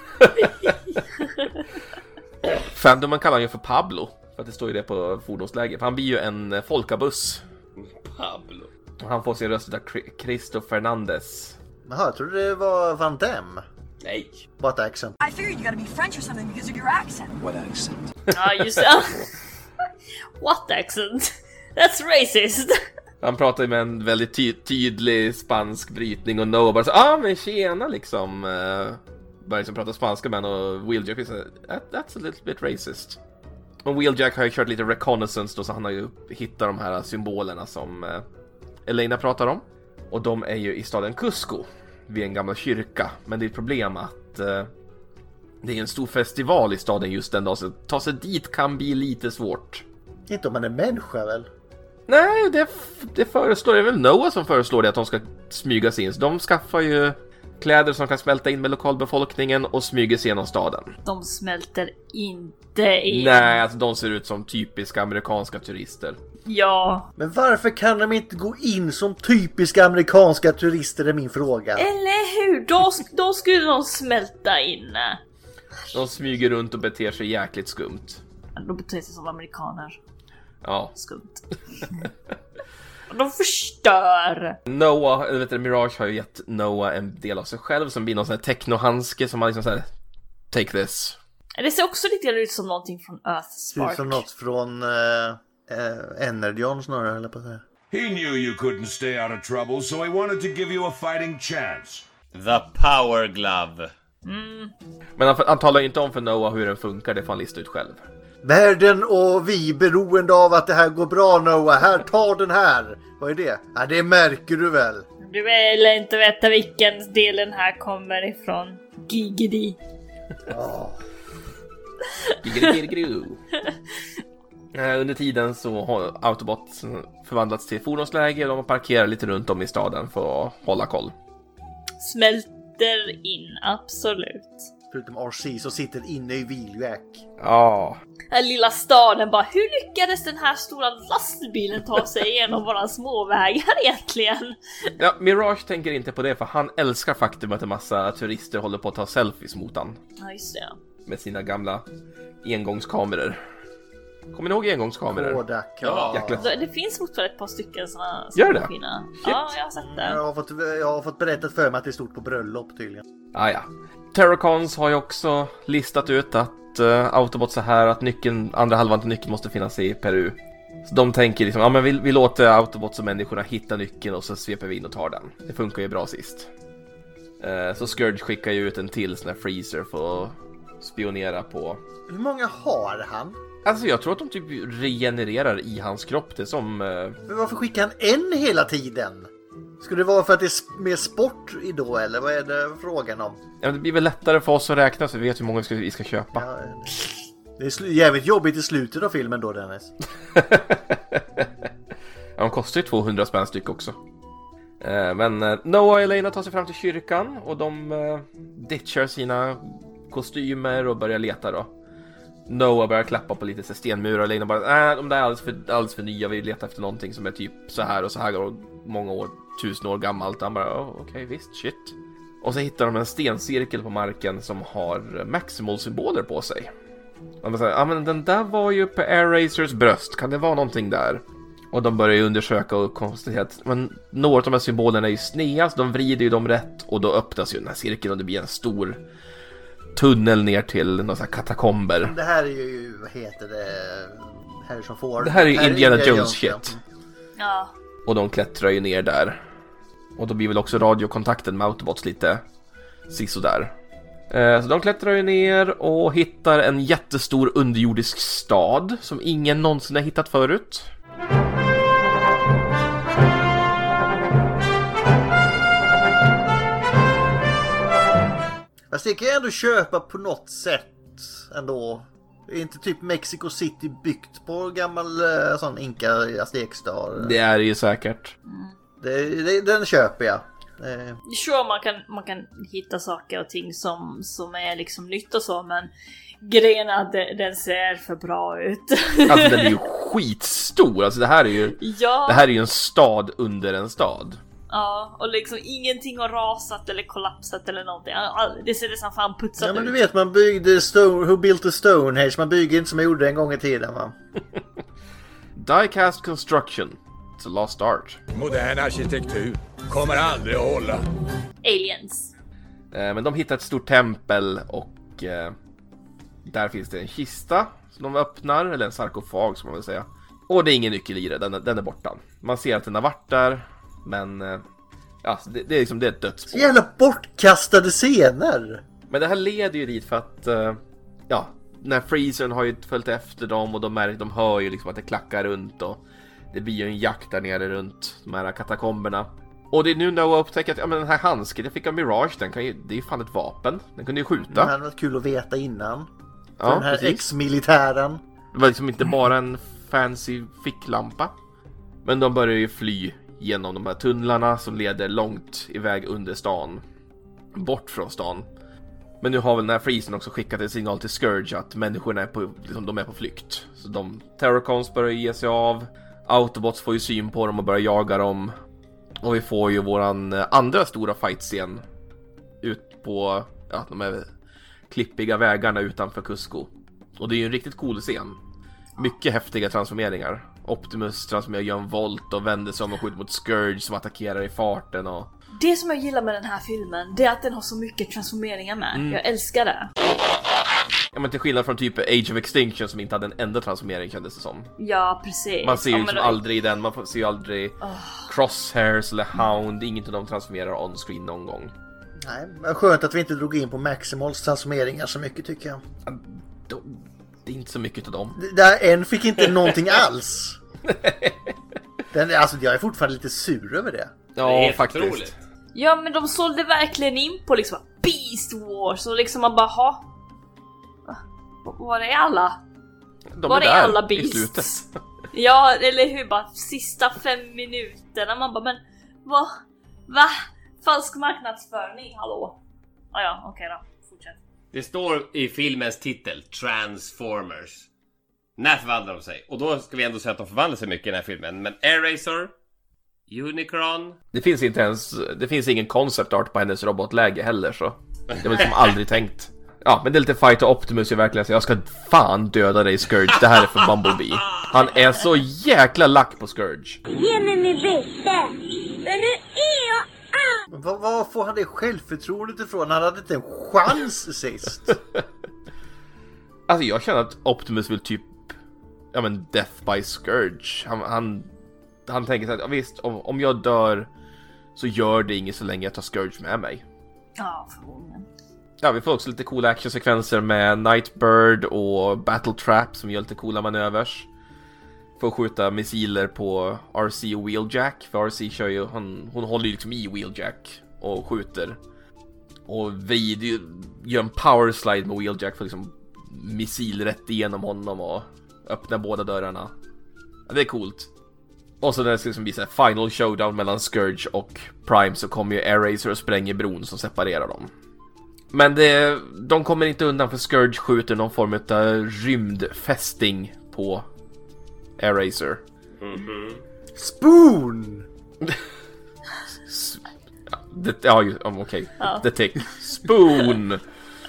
Fandomen kallar han ju för Pablo. För att det står ju det på fordonsläge. För han blir ju en folkabuss. Pablo. Och han får sin röst av Cristo Fernandez. Jaha, jag trodde det var Van Damme. Nej. What accent? I figured you gotta be French or something because of your accent. What accent? Ja, just det. What accent? That's racist. Han pratar ju med en väldigt tydlig spansk brytning. Och Noah bara så, men tjena liksom. Börjar liksom prata spanska med och Wheeljack säger, that's a little bit racist. Och Wheeljack har ju kört lite reconnaissance då, så han har ju hittat de här symbolerna som Elena pratar om. Och de är ju i staden Cusco, vid en gammal kyrka. Men det är ett problem att det är en stor festival i staden just den dagen, så ta sig dit kan bli lite svårt. Inte om man är människa väl? Nej, det föreslår, det är väl Noah som föreslår det, att de ska smyga sig in. Så de skaffar ju kläder som kan smälta in med lokalbefolkningen och smyger sig genom staden. De smälter inte in. Nej, alltså de ser ut som typiska amerikanska turister. Ja. Men varför kan de inte gå in som typiska amerikanska turister, är min fråga. Eller hur? Då skulle de smälta in. De smyger runt och beter sig jäkligt skumt. De beter sig som amerikaner. Ja. Skumt. De förstör. Noah, eller vet du, Mirage har ju gett Noah en del av sig själv som blir någon sån här technohandske som man liksom såhär, take this. Det ser också lite ut som någonting från Earthspark. Det ser ut som något från Energon snarare, eller på det. He knew you couldn't stay out of trouble, so he wanted to give you a fighting chance. The Power Glove. Men han talar ju inte om för Noah hur den funkar, det får han lista ut själv. Världen och vi beroende av att det här går bra, Noah. Här, ta den här. Vad är det? Ja, det märker du väl. Du vill inte veta vilken del den här kommer ifrån. Giggity. Giggity. Under tiden så har Autobot förvandlats till fordonsläge och de parkerar lite runt om i staden för att hålla koll. Smälter in, absolut. Förutom RC så sitter inne i Wheeljack. Ja. Den lilla staden bara, hur lyckades den här stora lastbilen ta sig igenom våra småvägar egentligen? Ja, Mirage tänker inte på det, för han älskar faktum att en massa turister håller på att ta selfies mot han. Ja, just det. Med sina gamla engångskameror. Kommer ni ihåg engångskameror? Kodak, ja. Det finns fortfarande ett par stycken såna. Gör det? Fina. Ja, jag har sett det. Jag har fått berättat för mig att det är stort på bröllop tydligen. Ja. Terracons har ju också listat ut att Autobot så här att andra halvan till nyckeln måste finnas i Peru. Så de tänker liksom, ja men vi låter Autobots och människorna hitta nyckeln och så sveper vi in och tar den. Det funkar ju bra sist. Så Scourge skickar ju ut en till sån här freezer för att spionera på. Hur många har han? Alltså jag tror att de typ regenererar i hans kropp. Det är som... Men varför skickar han en hela tiden? Skulle det vara för att det är mer sport i då, eller vad är det frågan om? Ja, det blir väl lättare för oss att räkna så vi vet hur många vi ska köpa. Ja, det är jävligt jobbigt i slutet av filmen då, Dennis. Ja, de kostar ju 200 spänn styck också. Men Noah och Elena tar sig fram till kyrkan och de ditchar sina kostymer och börjar leta då. Noah börjar klappa på lite stenmurar och Elena bara, de där är alldeles för nya, vi letar efter någonting som är typ så här och många år, 1000 år gammalt. Han bara, okej, visst, shit. Och så hittar de en stencirkel på marken som har Maximal-symboler på sig. Och de säger, men den där var ju på Air Racers bröst, kan det vara någonting där? Och de börjar ju undersöka och konstatera att några av de här symbolerna är ju snea, så de vrider ju dem rätt och då öppnas ju den här cirkeln och det blir en stor tunnel ner till några så här katakomber. Det här är ju, vad heter det, Harrison Ford. Det här är ju Indiana Jones shit. Ja. Och de klättrar ju ner där. Och då blir väl också radiokontakten med Autobots lite sisådär. Så de klättrar ju ner och hittar en jättestor underjordisk stad som ingen någonsin har hittat förut. Fast det kan jag ändå köpa på något sätt ändå. Är inte typ Mexico City byggt på gammal sån Inka-aztekstad? Det är ju säkert. Den köper jag. Sure, man kan hitta saker och ting som är liksom nytt och så, men grejen är att den ser för bra ut. Alltså den är ju skitstor. Alltså det här är ju det här är ju en stad under en stad. Ja, och liksom ingenting har rasat eller kollapsat eller någonting. Det ser nästan fan putsat ut. Ja, men du vet, man byggde Who Built the Stonehenge. Man bygger inte som man gjorde en gång i tiden, va? Diecast Construction. It's a lost art. Modern arkitektur kommer aldrig att hålla. Aliens. Men de hittar ett stort tempel och där finns det en kista som de öppnar, eller en sarkofag som man vill säga. Och det är ingen nyckel i det, den är borta. Man ser att den har varit där, men ja, det är liksom, det är ett dödsspår. Så jävla bortkastade scener. Men det här leder ju dit för att när Freezern har ju följt efter dem och de hör ju liksom att det klackar runt och det blir ju en jakt där nere runt de här katakomberna. Och det är nu när jag upptäcker att den här handsken jag fick av Mirage, det är ju fan ett vapen. Den kunde ju skjuta. Det hade varit kul att veta innan. Ja, den här precis. ex-militären. Det var liksom inte bara en fancy ficklampa. Men de börjar ju fly genom de här tunnlarna som leder långt iväg under stan. Bort från stan. Men nu har väl den här Freezern också skickat en signal till Scourge att människorna är de är på flykt. Så de Terrorcons börjar ge sig av. Autobots får ju syn på dem och börjar jaga dem. Och vi får ju våran andra stora fight-scen ut på de här klippiga vägarna utanför Cusco. Och det är ju en riktigt cool scen. Mycket häftiga transformeringar. Optimus transformerar, gör en volt och vänder sig om och skjuter mot Scourge som attackerar i farten. Och... Det som jag gillar med den här filmen, det är att den har så mycket transformeringar med. Jag älskar det. Ja, men till skillnad från typ Age of Extinction som inte hade en enda transformering kändes det som. Ja, precis. Man ser ju liksom aldrig den, man ser ju aldrig Crosshairs eller Hound, inget av dem transformerar on-screen någon gång. Nej, men skönt att vi inte drog in på Maximals transformeringar så mycket tycker jag. Det är inte så mycket av dem. En fick inte någonting alls. Jag är fortfarande lite sur över det. Ja, faktiskt. Otroligt. Ja, men de sålde verkligen in på liksom Beast Wars och liksom man bara var är alla? Var är alla Beasts? Ja, eller hur, bara sista 5 minuterna man bara, men va? Falsk marknadsföring, hallå? Ja, okej då, fortsätt. Det står i filmens titel Transformers. När förvandlar de sig? Och då ska vi ändå säga att de förvandlar sig mycket i den här filmen. Men Air-Racer, Unicron... Det finns ingen concept art på hennes robotläge heller, så det var liksom aldrig tänkt. Ja, men det är lite fight och Optimus i verkligheten. Jag ska fan döda dig, Scourge. Det här är för Bumblebee. Han är så jäkla lack på Scourge. Ge mig min bästa. Men nu är jag... Vad får han det självförtroendet ifrån? Han hade inte en chans sist. Alltså jag känner att Optimus vill typ Death by Scourge. Han tänker så att visst, om jag dör så gör det inget så länge jag tar Scourge med mig. Ja, förmodligen. Ja, vi får också lite coola actionsekvenser med Nightbird och Battle Trap som gör lite coola manövers. Får skjuta missiler på RC och Wheeljack. För RC kör ju, hon håller ju liksom i Wheeljack och skjuter. Och Vade gör en power slide med Wheeljack för liksom missil rätt igenom honom och öppna båda dörrarna. Ja, det är coolt. Och så när det ska liksom bli så här final showdown mellan Scourge och Prime så kommer ju Air-Racer och spränger bron som separerar dem. Men de kommer inte undan för Scourge skjuter någon form av rymdfästing på Air-Racer. Spoon! Okej. The Tick. Spoon!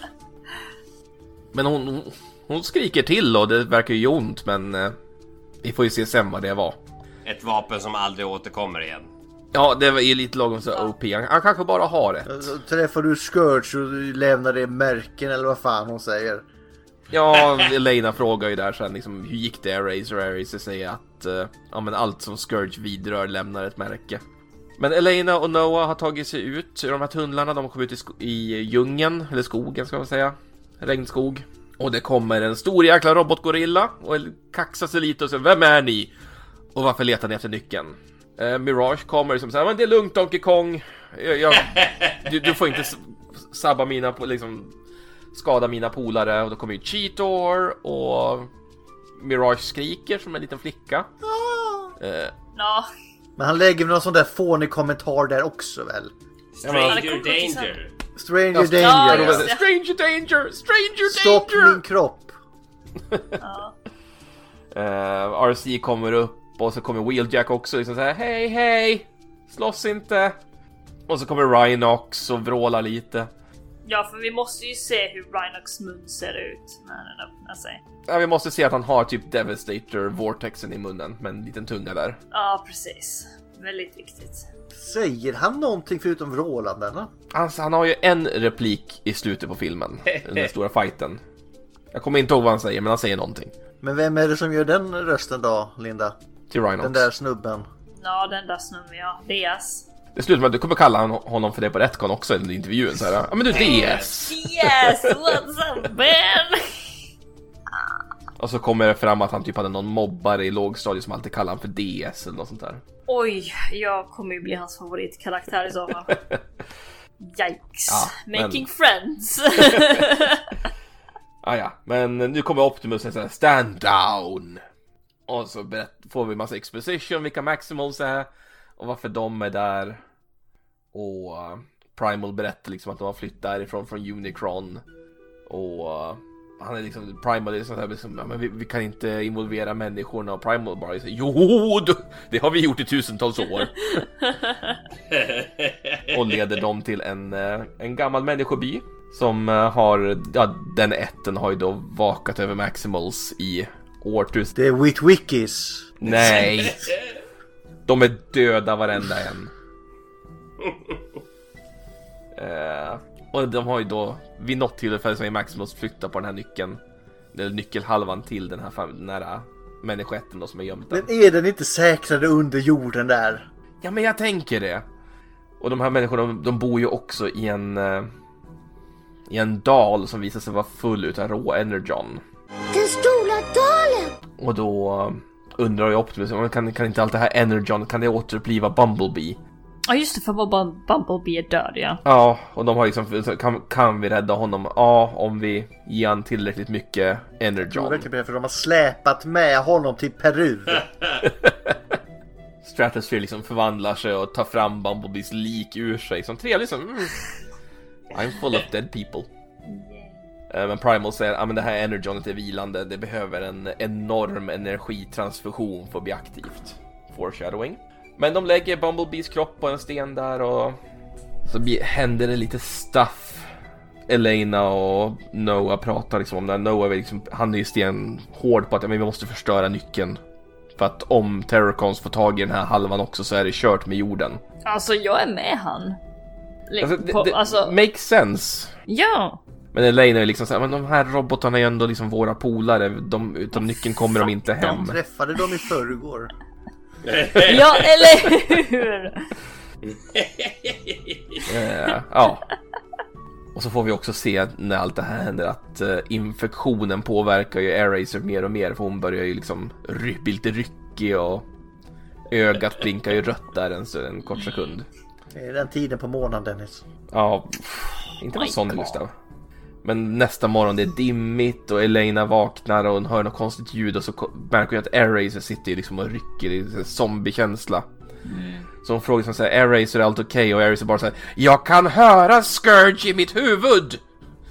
Men hon skriker till och det verkar ju ont, men vi får ju se sen vad det var. Ett vapen som aldrig återkommer igen. Ja, det var ju lite lagom så OP. Han kanske bara har ett. Så träffar du Scourge och du lämnar det märken eller vad fan hon säger. Ja, Elena frågar ju där sen liksom, hur gick det Air-Racer säger att allt som Scourge vidrör lämnar ett märke. Men Elena och Noah har tagit sig ut ur de här tunnlarna. De har kommit ut i djungeln, eller skogen ska man säga. Regnskog. Och det kommer en stor jäkla robotgorilla och kaxar sig lite och säger, vem är ni? Och varför letar ni efter nyckeln? Mirage kommer som säger, men det är lugnt Donkey Kong. Du får inte sabba mina, liksom skada mina polare. Och då kommer ju Cheetor och Mirage skriker som en liten flicka. Men han lägger någon sån där fånig kommentar där också väl? Stranger danger. Stranger danger. Stranger danger. Stranger Stopp danger. min kropp. RC kommer upp och så kommer Wheeljack också liksom så här, hej, slåss inte. Och så kommer Rhinox och vrålar lite. Ja, för vi måste ju se hur Rhinox mun ser ut när den öppnar sig. Ja, vi måste se att han har typ Devastator Vortexen i munnen med en liten tunga där. Ja, precis. Väldigt viktigt. Säger han någonting förutom vrålandena? Alltså, han har ju en replik i slutet på filmen. Den stora fighten. Jag kommer inte ihåg vad han säger, men han säger någonting. Men vem är det som gör den rösten då, Linda? Till Rhinox. Den där snubben. Ja, den där snubben, ja. DS. Det slutar med att du kommer kalla honom för det på Retcon också i intervjun så här. Ja, men du DS. Yes, what's up, man? Och så kommer det fram att han typ hade någon mobbare i lågstadiet som alltid kallar han för DS eller något sånt där. Oj, jag kommer ju bli hans favoritkaraktär i så fall. Yikes. Ja, Making friends. Ja, men nu kommer Optimus och säger stand down. Och så får vi massa exposition vilka Maximals är och varför de är där. Och Primal berättar liksom att de har flyttat därifrån från Unicron. Och han är liksom, Primal är sånt här liksom, men vi kan inte involvera människorna, och Primal bara säger jo, det har vi gjort i tusentals år. Och leder dem till en gammal människoby som har, ja, den ätten har ju då vakat över Maximals i årtus. Det är Witwickis. Nej. De är döda varenda en. Och de har ju då vid något tillfälle så är Maximus flyttar på den här nyckeln, eller nyckelhalvan till den här människoätten då som är gömd. Men är den inte säkrade under jorden där? Ja, men jag tänker det. Och de här människorna, de bor ju också i en dal som visar sig vara full utav rå energon. Den stora dalen! Och då undrar jag Optimus, kan inte allt det här energon, kan det återuppliva Bumblebee? Ja, just det, för Bumblebee är död, ja. Ja, och de har liksom, kan vi rädda honom? Ja, om vi ger han tillräckligt mycket energon. För de har släpat med honom till Peru. Stratosphere liksom förvandlar sig och tar fram Bumblebees lik ur sig. Som trevligt som I'm full of dead people. Men Primal säger att det här energonet är vilande. Det behöver en enorm energitransfusion för att bli aktivt. Foreshadowing. Men de lägger Bumblebees kropp på en sten där och så händer det lite stuff. Elena och Noah pratar liksom om det. Noah liksom, han är ju stenhård på att vi måste förstöra nyckeln. För att om Terrorcons får tag i den här halvan också så är det kört med jorden. Alltså jag är med han. Alltså, makes sense. Ja. Men Elena är liksom såhär, men de här robotarna är ändå liksom våra polare. Utan nyckeln kommer de inte hem. De träffade dem i förrgår. Ja, eller hur? Ja. Och så får vi också se när allt det här händer att infektionen påverkar ju Airazor mer och mer. För hon börjar ju liksom bli lite ryckig och ögat blinkar ju rött där en kort sekund. Det är den tiden på månaden, Dennis. Ja, inte vad sån Gustav. Men nästa morgon det är dimmigt och Elena vaknar och hon hör något konstigt ljud och så märker hon att Airazor sitter liksom och rycker i en zombiekänsla. Så hon frågar så här, Airazor är allt okej? Och Airazor bara säger, jag kan höra Scourge i mitt huvud!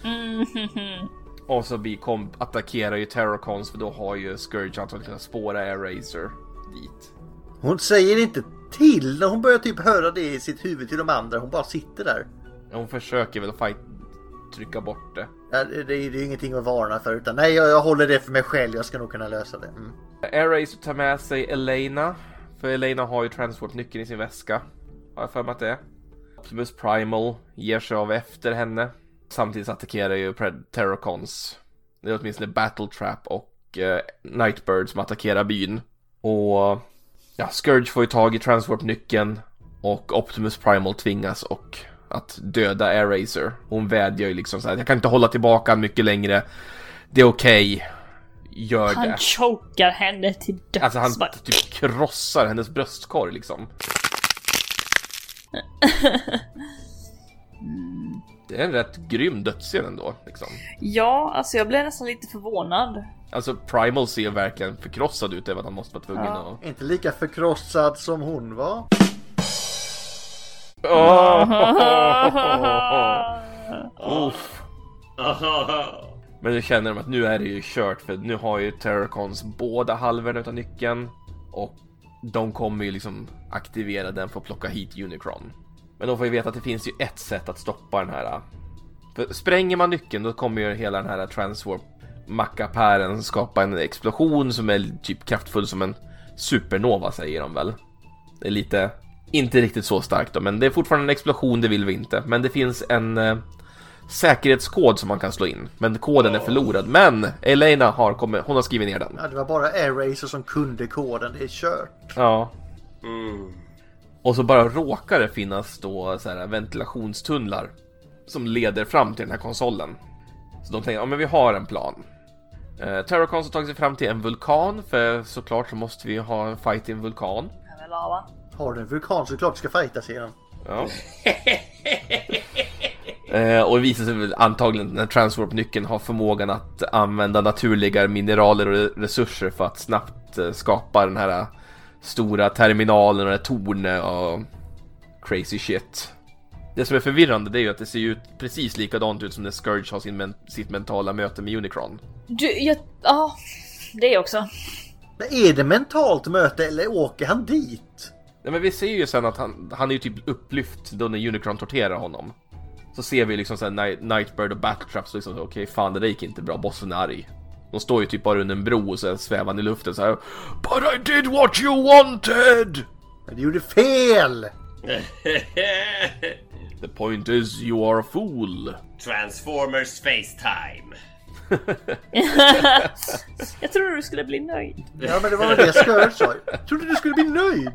Och så attackerar ju Terrorcons, för då har ju Scourge antagligen kunnat spåra Airazor dit. Hon säger inte till när hon börjar typ höra det i sitt huvud till de andra. Hon bara sitter där. Hon försöker väl trycka bort det. Ja, det är ingenting att varna för, utan nej, jag håller det för mig själv. Jag ska nog kunna lösa det. Airazor tar med sig Elena. För Elena har ju transportnyckeln i sin väska. Har jag för mig att det är. Optimus Primal ger sig av efter henne. Samtidigt attackerar ju Terrorcons. Det är åtminstone Battle Trap och Nightbird som attackerar byn. Och ja, Scourge får ju tag i transportnyckeln. Och Optimus Primal tvingas att döda Airazor. Hon vädjar ju liksom så här, jag kan inte hålla tillbaka mycket längre. Det är okej. Gör han det. chokar henne till döds. Alltså han typ krossar hennes bröstkorg liksom. Det är en rätt grym dödsscen ändå liksom. Ja, alltså jag blev nästan lite förvånad. Alltså Primal ser verkligen förkrossad ut över att han måste vara tvungen att... Inte lika förkrossad som hon var. Men nu känner de att nu är det ju kört, för nu har ju Terrorcons båda halvorna utav nyckeln och de kommer ju liksom aktivera den för att plocka hit Unicron. Men de får ju veta att det finns ju ett sätt att stoppa den här. För spränger man nyckeln då kommer ju hela den här transwarp-mackapären skapa en explosion som är typ kraftfull som en supernova, säger de väl. Det är lite, inte riktigt så starkt då, men det är fortfarande en explosion, det vill vi inte. Men det finns en säkerhetskod som man kan slå in, men koden är förlorad. Men Elena hon har skrivit ner den. Ja, det var bara Airazor som kunde koden, det är kört. Ja. Och så bara råkar det finnas då så här ventilationstunnlar som leder fram till den här konsolen. Så de tänker, ja men vi har en plan. Terracons har tagit sig fram till en vulkan, för såklart så måste vi ha en fight i en vulkan. Eller lava. Har du en vulkan så klart ska fightas igen. Ja. Och det visar sig väl antagligen när Transwarp-nyckeln har förmågan att använda naturliga mineraler och resurser för att snabbt skapa den här stora terminalen och torn och crazy shit. Det som är förvirrande, det är ju att det ser ut precis likadant ut som när Scourge har sitt mentala möte med Unicron. Ja, det också. Men är det mentalt möte eller åker han dit? Ja, men vi ser ju sen att han är ju typ upplyft då när Unicron torterar honom. Så ser vi liksom såhär Nightbird och Battletrap så liksom, okej, fan det gick inte bra, bossen är arg. De står ju typ bara under en bro och så svävar han i luften så här. But I did what you wanted! Men du gjorde fel! The point is you are a fool. Transformers FaceTime. Jag trodde du skulle bli nöjd. Ja, men det var väl det Scourge sa. Jag trodde du skulle bli nöjd.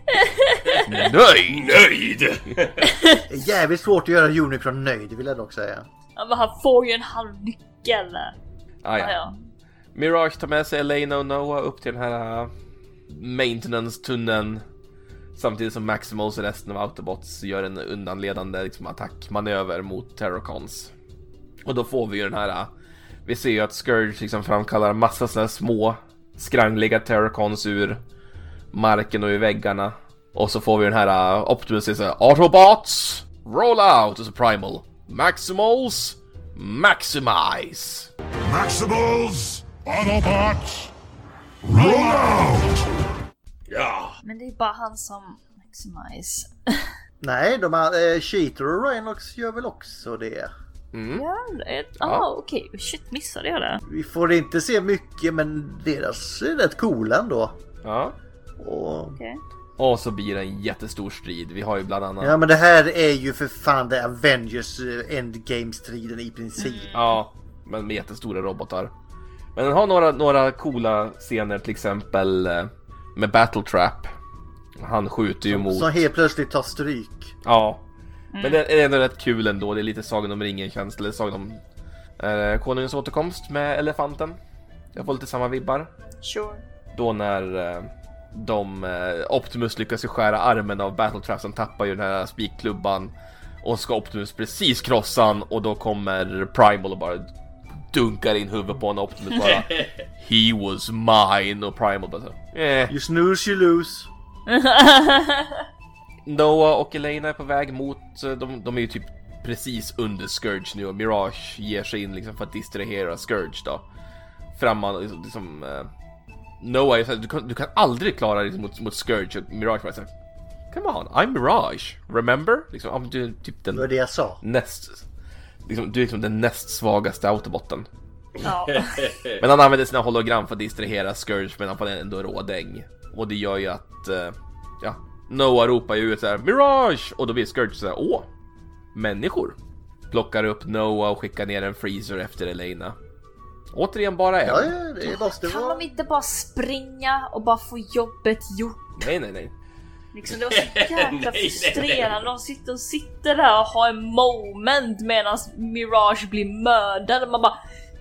Nöjd! Det är jävligt svårt att göra Unicron nöjd, vill jag dock säga. Ja, men han får ju en halv nyckel. Ja. Mirage tar med sig Elena och Noah upp till den här maintenance-tunneln. Samtidigt som Maximals och resten av Autobots gör en undanledande liksom, attackmanöver mot Terracons. Och då får vi ju den här... Vi ser ju att Scourge liksom framkallar massa sådana små skrangliga Terracons ur marken och ur väggarna. Och så får vi den här Optimus säger Autobots, roll out! Och så Primal, Maximals, maximize! Maximals, Autobots, roll out! Ja! Men det är bara han som maximize. Nej, de här Cheater och Rhinox gör väl också det. Okej. Shit, missade jag det? Vi får inte se mycket, men deras är rätt coola ändå. Ja. Och så blir det en jättestor strid. Vi har ju bland annat... Ja, men det här är ju för fan det Avengers Endgame-striden i princip. Ja, men med jättestora robotar. Men den har några coola scener, till exempel med Battletrap. Han skjuter ju mot... Som helt plötsligt tar stryk. Ja. Men det är ändå rätt kul ändå. Det är lite Sagan om ringen-känsla. Eller Sagan om Konungens återkomst med elefanten. Jag får lite samma vibbar. Sure. Då när Optimus lyckas skära armen av Battletrap, som tappar ju den här spikklubban. Och ska Optimus precis krossa han. Och då kommer Primal och bara dunkar in huvudet på honom. Optimus bara He was mine. Och Primal bara så You snooze, you lose. Noah och Elena är på väg mot... De är ju typ precis under Scourge nu. Och Mirage ger sig in liksom för att distrahera Scourge då. Framan liksom... Noah är så här, du kan aldrig klara dig mot Scourge. Och Mirage bara så här, come on, I'm Mirage. Remember? Liksom, du är typ den... Det var det jag sa. Du är liksom den näst svagaste autobotten. Ja. Men han använder sina hologram för att distrahera Scourge, men han får ändå rådäng. Och det gör ju att... Noah ropar ju ut så här, Mirage! Och då blir Scourge så här, människor. Plockar upp Noah och skickar ner en freezer efter Elena. Återigen bara en. Ja, det måste vara... Kan de inte bara springa och bara få jobbet gjort? Nej. Liksom, det var så jävla frustrerande. De sitter där och har en moment medan Mirage blir mördad. Man bara,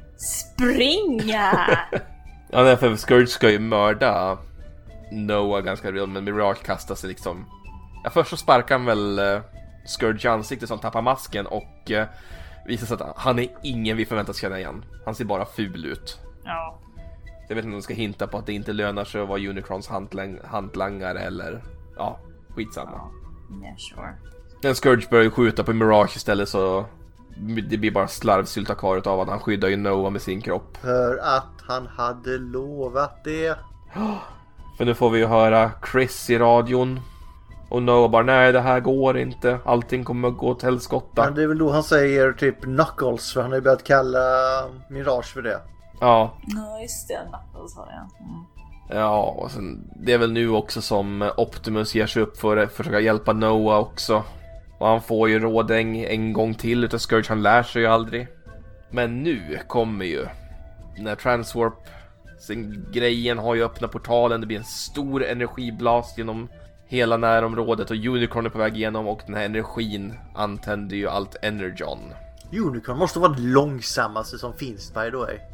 springa! Ja, därför Scourge ska ju mörda Noah ganska real, men Mirage kastar sig liksom... Ja, först så sparkar han väl Scourge i ansiktet som tappar masken och visar sig att han är ingen vi förväntas känna igen. Han ser bara ful ut. Ja. Jag vet inte om de ska hinta på att det inte lönar sig att vara Unicrons hantlangare eller... Ja, skitsamma. Yeah, sure. Den Scourge börjar skjuta på Mirage istället, så det blir bara slarvsylta kvar av att han skyddar ju Noah med sin kropp. För att han hade lovat det. För nu får vi ju höra Chris i radion. Och Noah bara, nej det här går inte. Allting kommer att gå till helskotta. Men det är väl då han säger typ Knuckles, för han har ju börjat kalla Mirage för det. Ja. Ja, just det, Knuckles har jag. Ja, och sen, det är väl nu också som Optimus ger sig upp för att försöka hjälpa Noah också. Och han får ju rådäng en gång till utav Scourge, han lär sig ju aldrig. Men nu kommer ju när Transwarp, sen grejen har ju öppnat portalen, det blir en stor energiblast genom hela närområdet och Unicron är på väg igenom och den här energin antänder ju allt Energon. Unicron måste vara det långsammaste som finns, by the way.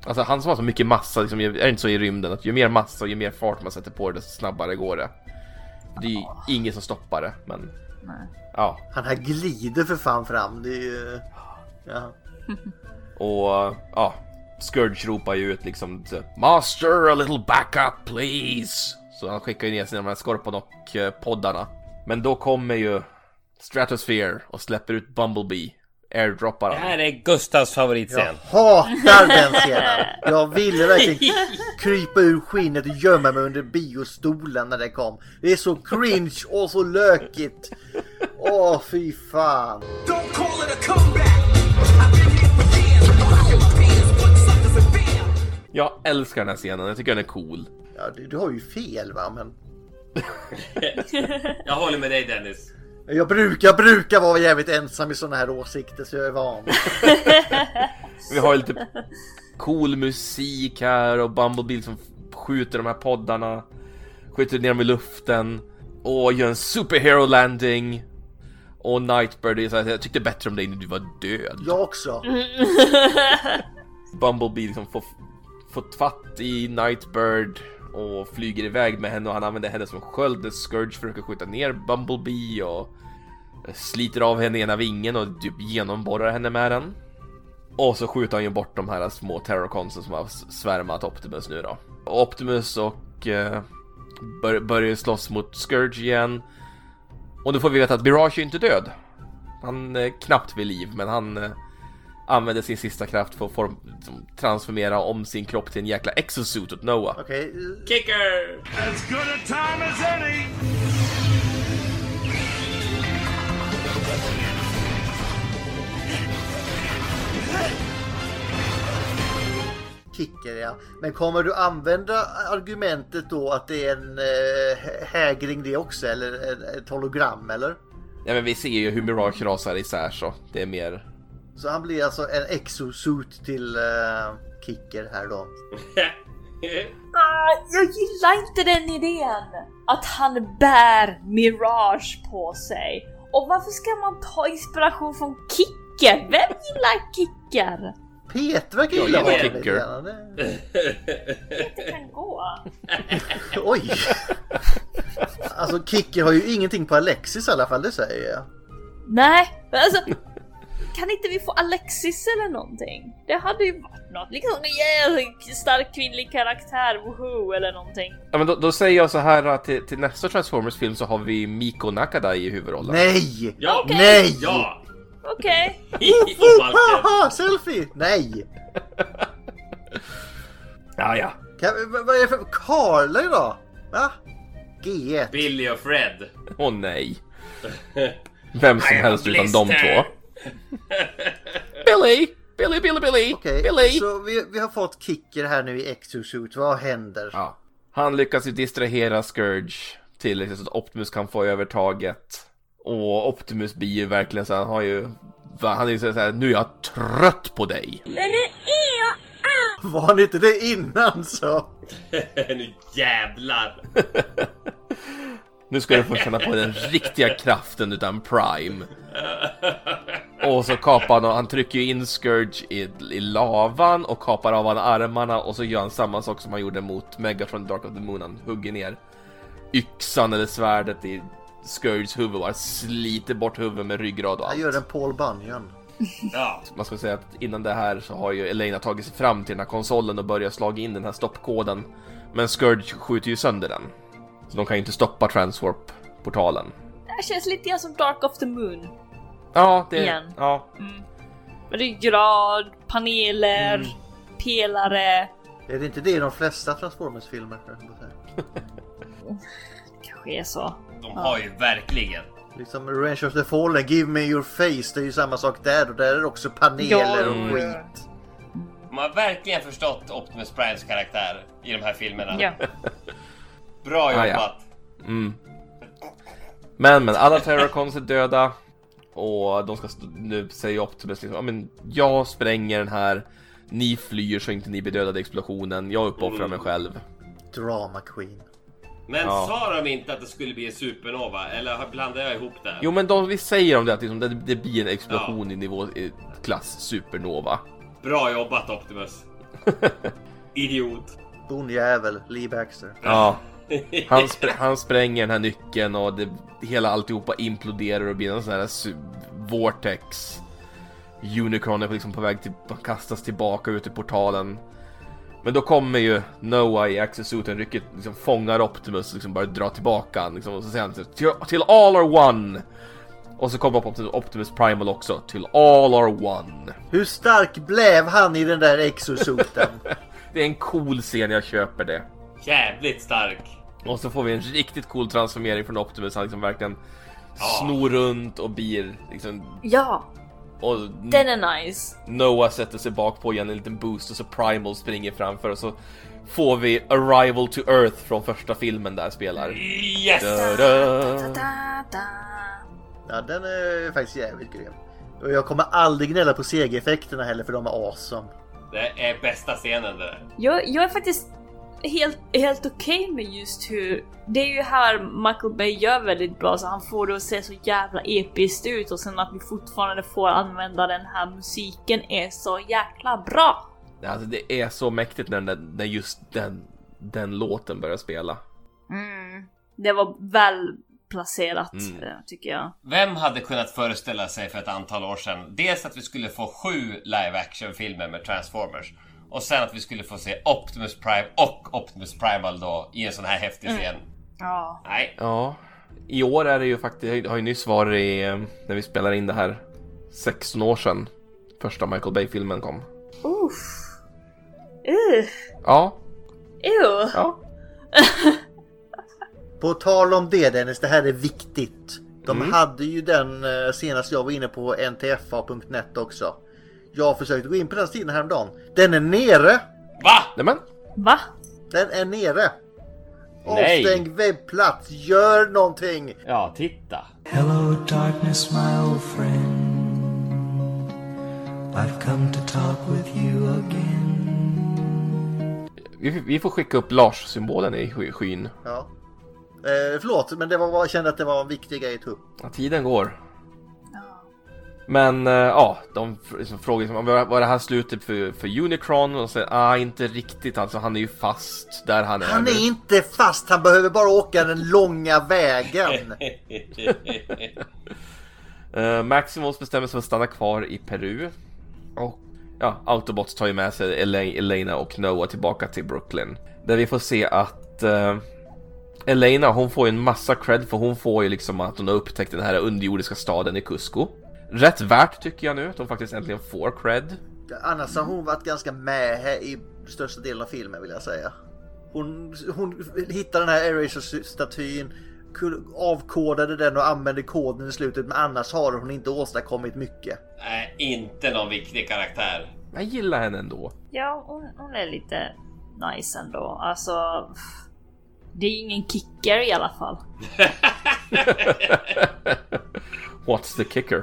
Alltså han som har så mycket massa liksom, är det inte så i rymden att ju mer massa och ju mer fart man sätter på det, desto snabbare går det. Det är ju inget som stoppar det, men... Nej. Ja. Han här glider för fan fram, det är ju... Ja. Och ja, Scourge ropar ju ut liksom Master, a little backup please. Så han skickar ju ner sina de här Scorponok-poddarna. Men då kommer ju Stratosphere och släpper ut Bumblebee. Airdroppar Det han. här är Gustavs favoritscen. Jag hatar den scenen. Jag ville verkligen krypa ur skinnet och gömma mig under biostolen när det kom. Det är så cringe och så lökigt. Åh, fy fan. Don't call it a comeback. I've been here for years. I'm rocking my pants, put suckers in fear. Jag älskar den här scenen, jag tycker den är cool. Ja, du har ju fel va, men... Jag håller med dig, Dennis. Jag brukar vara jävligt ensam i såna här åsikter, så jag är van. Vi har ju lite cool musik här och Bumblebee som skjuter de här poddarna, skjuter ner dem i luften och gör en superhero landing. Och Nightbird är så här, jag tyckte bättre om dig när du var död. Jag också. Bumblebee liksom får fatt i Nightbird och flyger iväg med henne, och han använder henne som sköld. Scourge försöker skjuta ner Bumblebee och sliter av henne ena vingen och typ genomborrar henne med den. Och så skjuter han ju bort de här små Terraconsen som har svärmat Optimus nu då. Och Optimus och börjar slåss mot Scourge igen. Och då får vi veta att Mirage är inte död. Han är knappt vid liv, men han använder sin sista kraft för att transformera om sin kropp till en jäkla exosuit åt Noah. Okej. Kicker! As good a time as any. Kicker, ja. Men kommer du använda argumentet då att det är en hägring det också, eller ett hologram, eller? Ja, men vi ser ju hur Mirage rasar isär, så det är mer... Så han blir alltså en exosuit till Kicker här då. Jag gillar inte den idén. Att han bär Mirage på sig. Och varför ska man ta inspiration från Kicker? Vem gillar Kicker? Peter verkar Jag gilla gillar honom Kicker. lite grann. Det kan gå. Oj! Alltså Kicker har ju ingenting på Alexis i alla fall, det säger jag. Nej, men alltså... Kan inte vi få Alexis eller någonting? Det hade ju varit något. Liksom en stark kvinnlig karaktär, woohoo, eller någonting. Ja, men då säger jag så här att till nästa Transformers-film så har vi Miko Nakadai i huvudrollen. Nej! Ja! Okej. Nej! Ja! Okej. Haha, selfie! Nej! Ja. Vad är det för Carly då? Va? G1. Billy och Fred. Åh nej. Vem som helst utan de två. Billy! Okej, Billy! så vi har fått Kicker här nu i exosuit. Vad händer? Ja. Han lyckas ju distrahera Scourge till så att Optimus kan få övertaget. Och Optimus blir ju verkligen så han är ju så här, nu är jag trött på dig. Men nu är jag Var han inte det innan så? Nu jävlar. Nu ska du få känna på den riktiga kraften utan Prime. Och så kapar han trycker ju in Scourge i lavan och kapar av han armarna, och så gör han samma sak som han gjorde mot Megatron Dark of the Moon. Han hugger ner yxan eller svärdet i Scourges huvud och sliter bort huvudet med ryggrad och allt. Jag gör en Paul Bunyan. Ja. Man ska säga att innan det här så har ju Elena tagit sig fram till den här konsolen och börjat slå in den här stoppkoden. Men Scourge skjuter ju sönder den. Så de kan ju inte stoppa Transwarp-portalen. Det här känns lite grann som Dark of the Moon. Ja, det... Igen. Ja. Ryggrad, paneler, pelare. Är det inte det i de flesta Transformers-filmer? Kanske är så. De har ju verkligen. Liksom Revenge of the Fallen, Give me your face. Det är ju samma sak där, och där är det också paneler och skit. De har verkligen förstått Optimus Primes karaktär i de här filmerna. Ja. Bra jobbat. Ja. Men alla Terracons är döda. Och de ska nu säger Optimus liksom, ja, men jag spränger den här. Ni flyr så inte ni blir dödade i explosionen. Jag uppoffrar mig själv. Drama Queen. Men sa de inte att det skulle bli en supernova? Eller blandar jag ihop det? Jo, men vi säger om det att liksom, det blir en explosion i klass supernova. Bra jobbat, Optimus. Idiot. Bondjävel, Lee Baxter. Ja. Han spränger den här nyckeln och hela alltihopa imploderar och blir en sån här vortex. Unicron är liksom på väg till kastas tillbaka ut i portalen. Men då kommer ju Noah i Exosuiten, rycket liksom fångar Optimus, liksom bara drar tillbaka han, liksom, och så säger han till all are one. Och så kommer Optimus Primal också, till all are one. Hur stark blev han i den där Exosuiten? Det är en cool scen, jag köper det. Jävligt stark. Och så får vi en riktigt cool transformering från Optimus. Han liksom verkligen snor runt och blir liksom... Ja, och den är nice. Noah sätter sig bak på igen en liten boost och så Primal springer framför. Och så får vi Arrival to Earth från första filmen där spelar. Yes! Ja, den är faktiskt jävligt grym. Och jag kommer aldrig gnälla på CG-effekterna heller, för de är awesome. Det är bästa scenen där. Jag är faktiskt helt okej med just hur... Det är ju här Michael Bay gör väldigt bra, så han får det att se så jävla episkt ut, och sen att vi fortfarande får använda den här musiken är så jäkla bra. Alltså det är så mäktigt när just den låten börjar spela. Det var väl placerat, tycker jag. Vem hade kunnat föreställa sig för ett antal år sedan dels att vi skulle få 7 live-action-filmer med Transformers, och sen att vi skulle få se Optimus Prime och Optimus Primal då i en sån här häftig scen. Ja. Nej. Ja, i år är det ju faktiskt, har ju nyss varit när vi spelar in det här 16 år sedan första Michael Bay-filmen kom. Ja. Ja. På tal om det, Dennis, det här är viktigt. De hade ju den senast jag var inne på ntfa.net också. Jag försökte gå in på den sidan häromdagen. Den är nere. Va? Nämen. Va? Den är nere. Avstäng webbplats. Gör någonting. Ja, titta. Hello darkness my old friend, I've come to talk with you again. Vi får skicka upp Lars-symbolen i skyn. Ja. Förlåt, men det var, jag kände att det var en viktig grej att ta upp. Ja, tiden går. Men de liksom frågar var det här slutet för Unicron, och säger inte riktigt, alltså han är ju fast där han är. Han är inte fast, han behöver bara åka den långa vägen. Maximals bestämmer sig för att stanna kvar i Peru. Och Autobots tar ju med sig Elena och Noah tillbaka till Brooklyn, där vi får se att Elena, hon får ju en massa cred, för hon får ju liksom att hon har upptäckt den här underjordiska staden i Cusco. Rätt värt tycker jag nu att hon faktiskt äntligen får cred. Annars har hon varit ganska med här i största delen av filmen, vill jag säga. Hon hittade den här Eraser-statyn, avkodade den och använde koden i slutet, men annars har hon inte åstadkommit mycket. Nej, inte någon viktig karaktär. Jag gillar henne ändå. Ja, hon är lite nice ändå. Alltså, det är ingen kicker i alla fall. What's the kicker?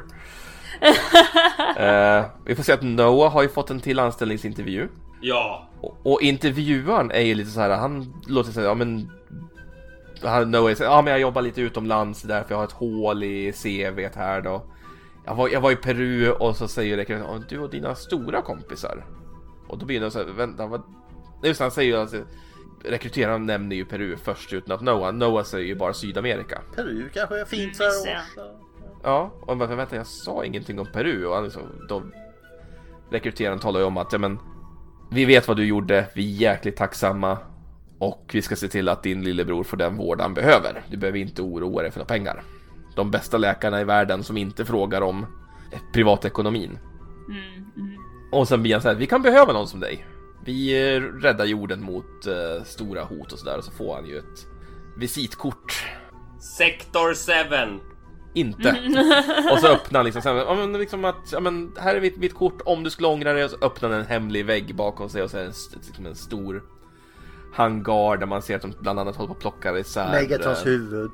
Vi får se att Noah har ju fått en till anställningsintervju. Ja. Och intervjuaren är ju lite så här, han låter säga, Noah säger, men jag jobbar lite utomlands därför jag har ett hål i CV:t här då. Jag var i Peru, och så säger rekryteraren, du och dina stora kompisar. Och då blir det så här, vänta, vad? Just han säger ju, alltså, rekryteraren nämner ju Peru först utan att Noah säger ju bara Sydamerika. Peru kanske är fint så här. Ja, och vänta, jag sa ingenting om Peru. Och då rekryteraren talar ju om att vi vet vad du gjorde, vi är jäkligt tacksamma, och vi ska se till att din lillebror får den vård han behöver. Du behöver inte oroa dig för några pengar. De bästa läkarna i världen som inte frågar om privatekonomin. Och sen blir han så här, vi kan behöva någon som dig. Vi räddar jorden mot stora hot och sådär. Och så får han ju ett visitkort. Sector 7. Inte. Och så öppnar han liksom att här är mitt kort, om du skulle ångra dig. Och så öppnar han en hemlig vägg bakom sig, och så är det en stor hangar där man ser att de bland annat håller på att plocka isär Megatrons huvud.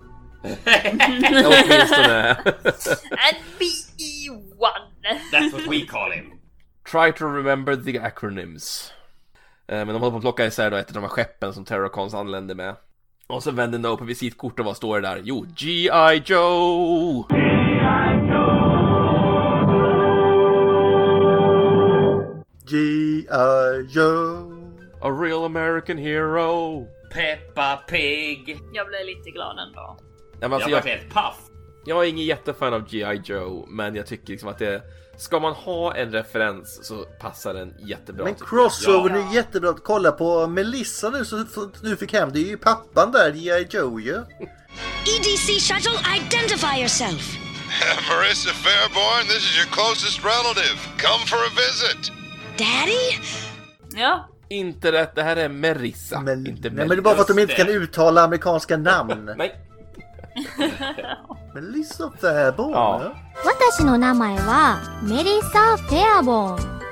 Åtminstone. And BE1. That's what we call him. Try to remember the acronyms. Men de håller på att plocka isär då ett av de här skeppen som Terracons anländer med. Och så vänder Noah på visitkort, och vad står det där? Jo, G.I. Joe! G.I. Joe. A real American hero. Peppa Pig. Jag blev lite glad ändå. Ja, men alltså, Jag var helt paff. jag är ingen jättefan av G.I. Joe, men jag tycker liksom att det... Ska man ha en referens så passar den jättebra. Men crossovern är jättebra att kolla på Melissa nu, så nu fick hem. Det är ju pappan där, G.I. Joe ju. EDC shuttle, identify yourself. Marissa Fairborn, this is your closest relative. Come for a visit. Daddy? Ja. Inte rätt, det här är Marissa. Inte Nej, men det är bara för att de inte kan uttala amerikanska namn. Nej. Melissa Fairborn. Ja. 私の名前はメリッサ・フェアボーン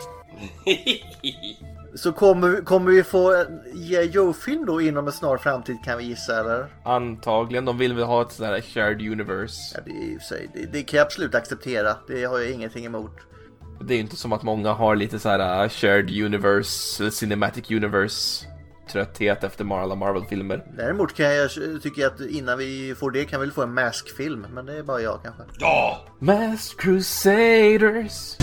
Så kommer vi få en G.I. Joe-film då inom en snar framtid, kan vi gissa, eller? Antagligen, de vill väl ha ett sådär här shared universe. Ja, det är ju sig. Det kan jag absolut acceptera. Det har jag ingenting emot. Det är ju inte som att många har lite så här shared universe, cinematic universe trötthet efter alla Marvel-filmer. Däremot kan jag tycka att innan vi får det kan vi få en Mask-film, men det är bara jag kanske. Ja! Masked Crusaders.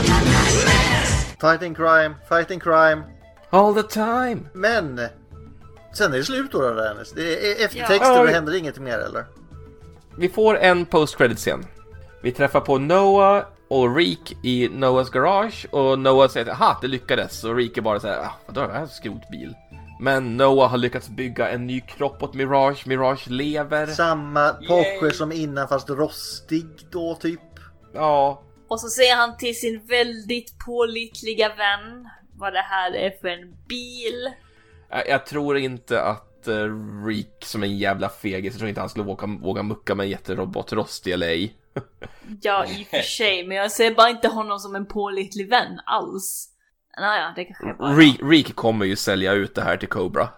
Fighting crime. All the time. Men sen är det slut då, Dennis. Det är eftertexter och det händer inget mer, eller? Vi får en post-credit-scen. Vi träffar på Noah och Reek i Noahs garage. Och Noah säger att det lyckades. Och Reek är bara såhär, vadå, det här är en skrotbil. Men Noah har lyckats bygga en ny kropp åt Mirage. Mirage lever. Samma Porsche som innan, fast rostig då typ. Ja. Och så säger han till sin väldigt pålitliga vän vad det här är för en bil. Jag tror inte att Reek som en jävla fegis, jag tror inte han skulle våga mucka med en jätterobot rost i LA. Ja, i och för sig, men jag ser bara inte honom som en pålitlig vän alls. Naja, det kanske bara... Reek kommer ju sälja ut det här till Cobra.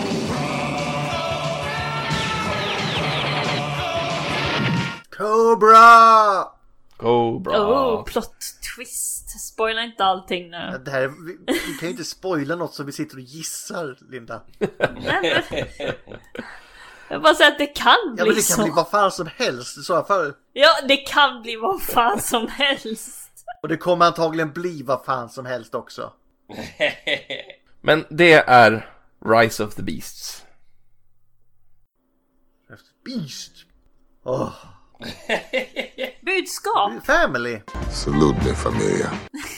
Cobra! Plot twist. Spoila inte allting nu. Ja, det här, vi kan ju inte spoila något som vi sitter och gissar, Linda. Nej, men... Jag bara säger att det kan bli så. Ja, men det kan bli vad fan som helst, så jag förr. Ja, det kan bli vad fan som helst. Och det kommer antagligen bli vad fan som helst också. Men det är Rise of the Beasts. Beast. Oh. Budskap. Family. Salute familia.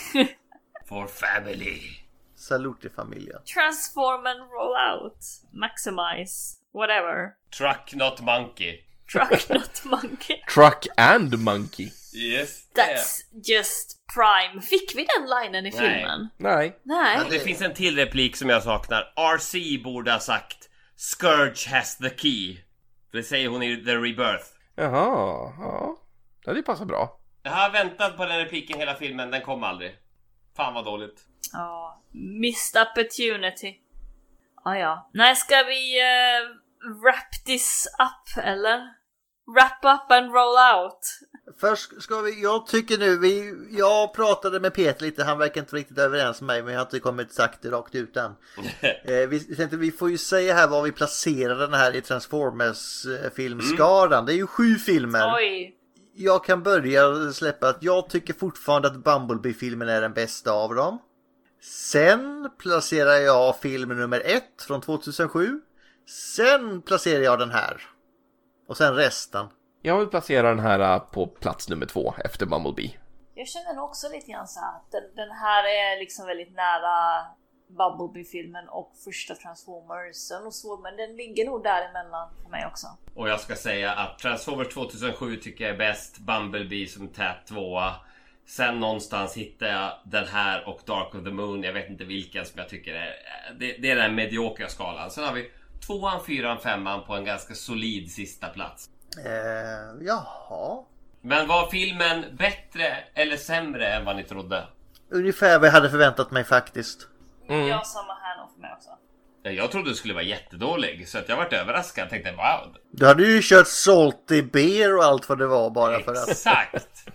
For family. Salute familia. Transform and roll out. Maximize. Whatever. Truck not monkey. Truck not monkey. Truck and monkey. Yes. That's just prime. Fick vi den linen i filmen? Nej. Det finns en till replik som jag saknar. RC borde ha sagt Scourge has the key. För det säger hon i The Rebirth. Jaha, ja. Det passar bra. Jag har väntat på den repliken hela filmen, den kom aldrig. Fan vad dåligt. Ja, missed opportunity. Ja. Nej, ska vi wrap this up, eller? Wrap up and roll out. Först ska vi, jag tycker nu, jag pratade med Peter lite, han verkar inte riktigt överens med mig, men jag har inte kommit sagt det rakt ut än. Vi får ju säga här var vi placerar den här i Transformers-filmskaran. Det är ju 7 filmer. Oj. Jag kan börja släppa att jag tycker fortfarande att Bumblebee-filmen är den bästa av dem. Sen placerar jag film nummer 1 från 2007. Sen placerar jag den här. Och sen resten. Jag vill placera den här på plats nummer 2 efter Bumblebee. Jag känner nog också lite grann så att den här är liksom väldigt nära Bumblebee-filmen och första Transformers. Men den ligger nog däremellan för mig också. Och jag ska säga att Transformers 2007 tycker jag är bäst. Bumblebee som tät 2. Sen någonstans hittar jag den här och Dark of the Moon. Jag vet inte vilken som jag tycker är... Det är den mediokra skalan. Sen har vi 2an, 4an, 5an på en ganska solid sista plats. Jaha. Men var filmen bättre eller sämre än vad ni trodde? Ungefär vad jag hade förväntat mig faktiskt. Ja, samma här nog för mig också. Jag trodde det skulle vara jättedålig, så att jag varit överraskad. Jag tänkte, wow. Du hade ju kört Salty Bear och allt vad det var bara för att... Exakt.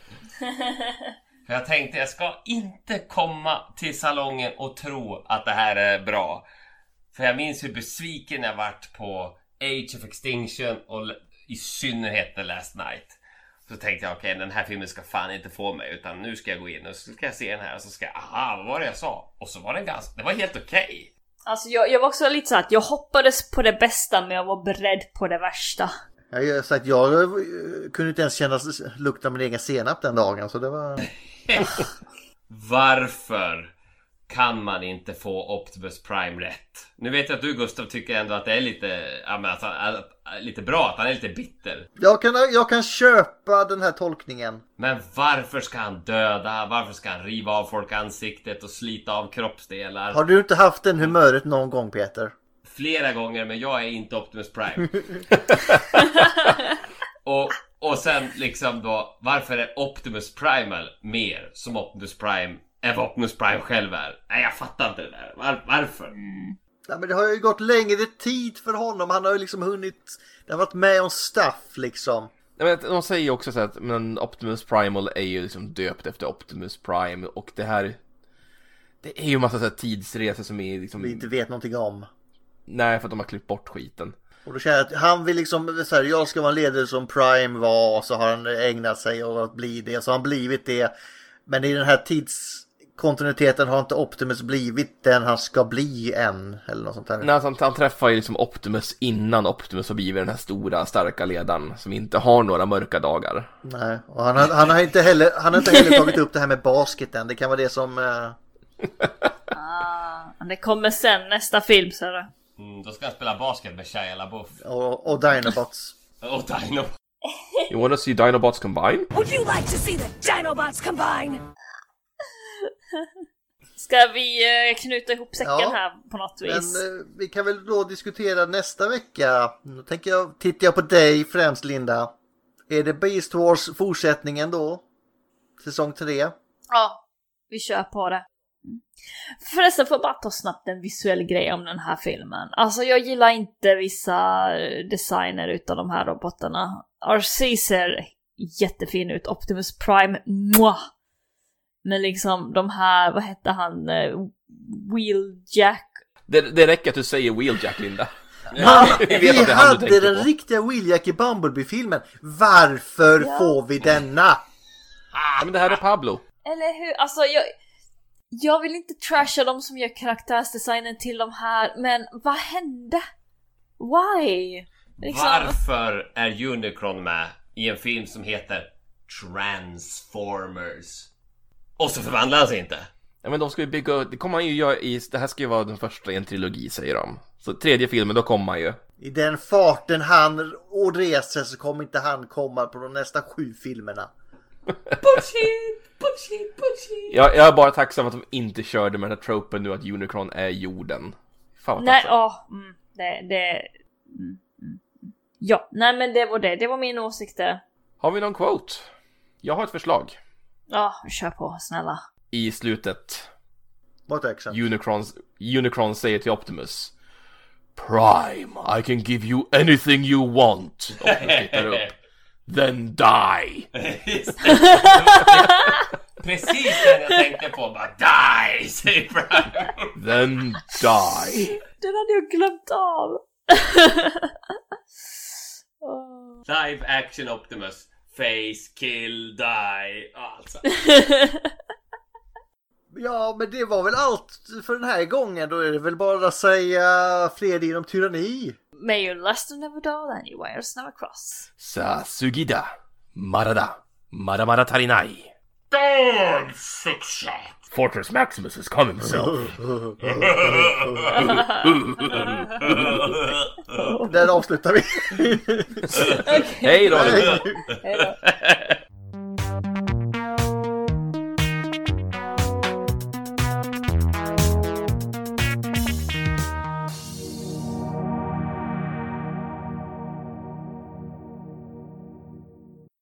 För jag tänkte, jag ska inte komma till salongen och tro att det här är bra. För jag minns hur besviken jag varit på Age of Extinction och i synnerhet The Last Night. Så tänkte jag, okej, den här filmen ska fan inte få mig, utan nu ska jag gå in och så ska jag se den här och så ska jag, aha, vad var det jag sa? Och så var den det var helt okej. Alltså jag var också lite så att jag hoppades på det bästa, men jag var beredd på det värsta. Jag kunde inte ens lukta min egen senap den dagen, så det var... Varför kan man inte få Optimus Prime rätt? Nu vet jag att du, Gustav, tycker ändå att det är lite bra, att han är lite bitter. Jag kan köpa den här tolkningen. Men varför ska han döda? Varför ska han riva av folk ansiktet och slita av kroppsdelar? Har du inte haft den humöret någon gång, Peter? Flera gånger, men jag är inte Optimus Prime. och sen liksom då, varför är Optimus Primal mer som Optimus Prime än vad Optimus Prime själv är? Nej, jag fattar inte det där. Varför? Ja, men det har ju gått längre tid för honom. Han har ju liksom hunnit... Det har varit med om stuff liksom. Ja, men de säger ju också så att men Optimus Primal är ju liksom döpt efter Optimus Prime. Och det här... Det är ju en massa så här tidsresor som är liksom... Vi inte vet någonting om. Nej, för att de har klippt bort skiten. Och då känner jag att han vill liksom så här, jag ska vara en ledare som Prime var, och så har han ägnat sig åt att bli det, så har han blivit det. Men i den här tidskontinuiteten har inte Optimus blivit den han ska bli än, eller något sånt där. Nej, alltså, han träffar ju liksom Optimus innan Optimus har blivit den här stora, starka ledaren som inte har några mörka dagar. Nej, och han har inte heller tagit upp det här med basketen. Det kan vara det som... Det kommer sen, nästa film, så är det. Då ska jag spela basket med Shia LaBeouf. Och Dinobots. Och Dinobots. You wanna see Dinobots combine? Would you like to see the Dinobots combine? Ska vi knyta ihop säcken här på något vis? Men vi kan väl då diskutera nästa vecka. Då tittar jag på dig främst, Linda. Är det Beast Wars fortsättningen då? Säsong 3? Ja, vi kör på det. Förresten får jag bara ta snabbt en visuell grej om den här filmen. Alltså jag gillar inte vissa designer utav de här robotarna. RC ser jättefin ut, Optimus Prime, mwah! Men liksom de här, vad hette han, Wheeljack. Det räcker att du säger Wheeljack, Linda. Vi hade den riktiga Wheeljack i Bumblebee-filmen. Varför får vi denna? Ja, men det här är Pablo. Eller hur, alltså jag vill inte trasha dem som gör karaktärsdesignen till de här, men vad hände? Why? Liksom... Varför är Unicron med i en film som heter Transformers? Och så förvandlar han sig inte. Ja, men de ska ju bygga, det kommer man ju göra det här ska ju vara den första i en trilogi, säger de. Så tredje filmen, då kommer man ju. I den farten han reser så kommer inte han komma på de nästa 7 filmerna. Bullshit. Jag är bara tacksam att de inte körde med den här tropen nu att Unicron är jorden. Fan vad nej, ja, nej men det var min åsikt. Har vi någon quote? Jag har ett förslag. Ja, kör på, snälla. I slutet What accent? Unicron säger till Optimus: Prime, I can give you anything you want. Optimus tittar upp. Then die. Precis det jag tänkte på. Bara die, säger Prime. Then die. Den hade jag glömt av. Live action Optimus. Face, kill, die. Alltså. Ja, men det var väl allt för den här gången. Då är det väl bara att säga fred inom tyranni. May your luster never dull and your wires never cross. Sa sugida, marada, maramara tarinai. Don't fix it. Fortress Maximus has come himself. Där avslutar vi. Hej då. Hej då.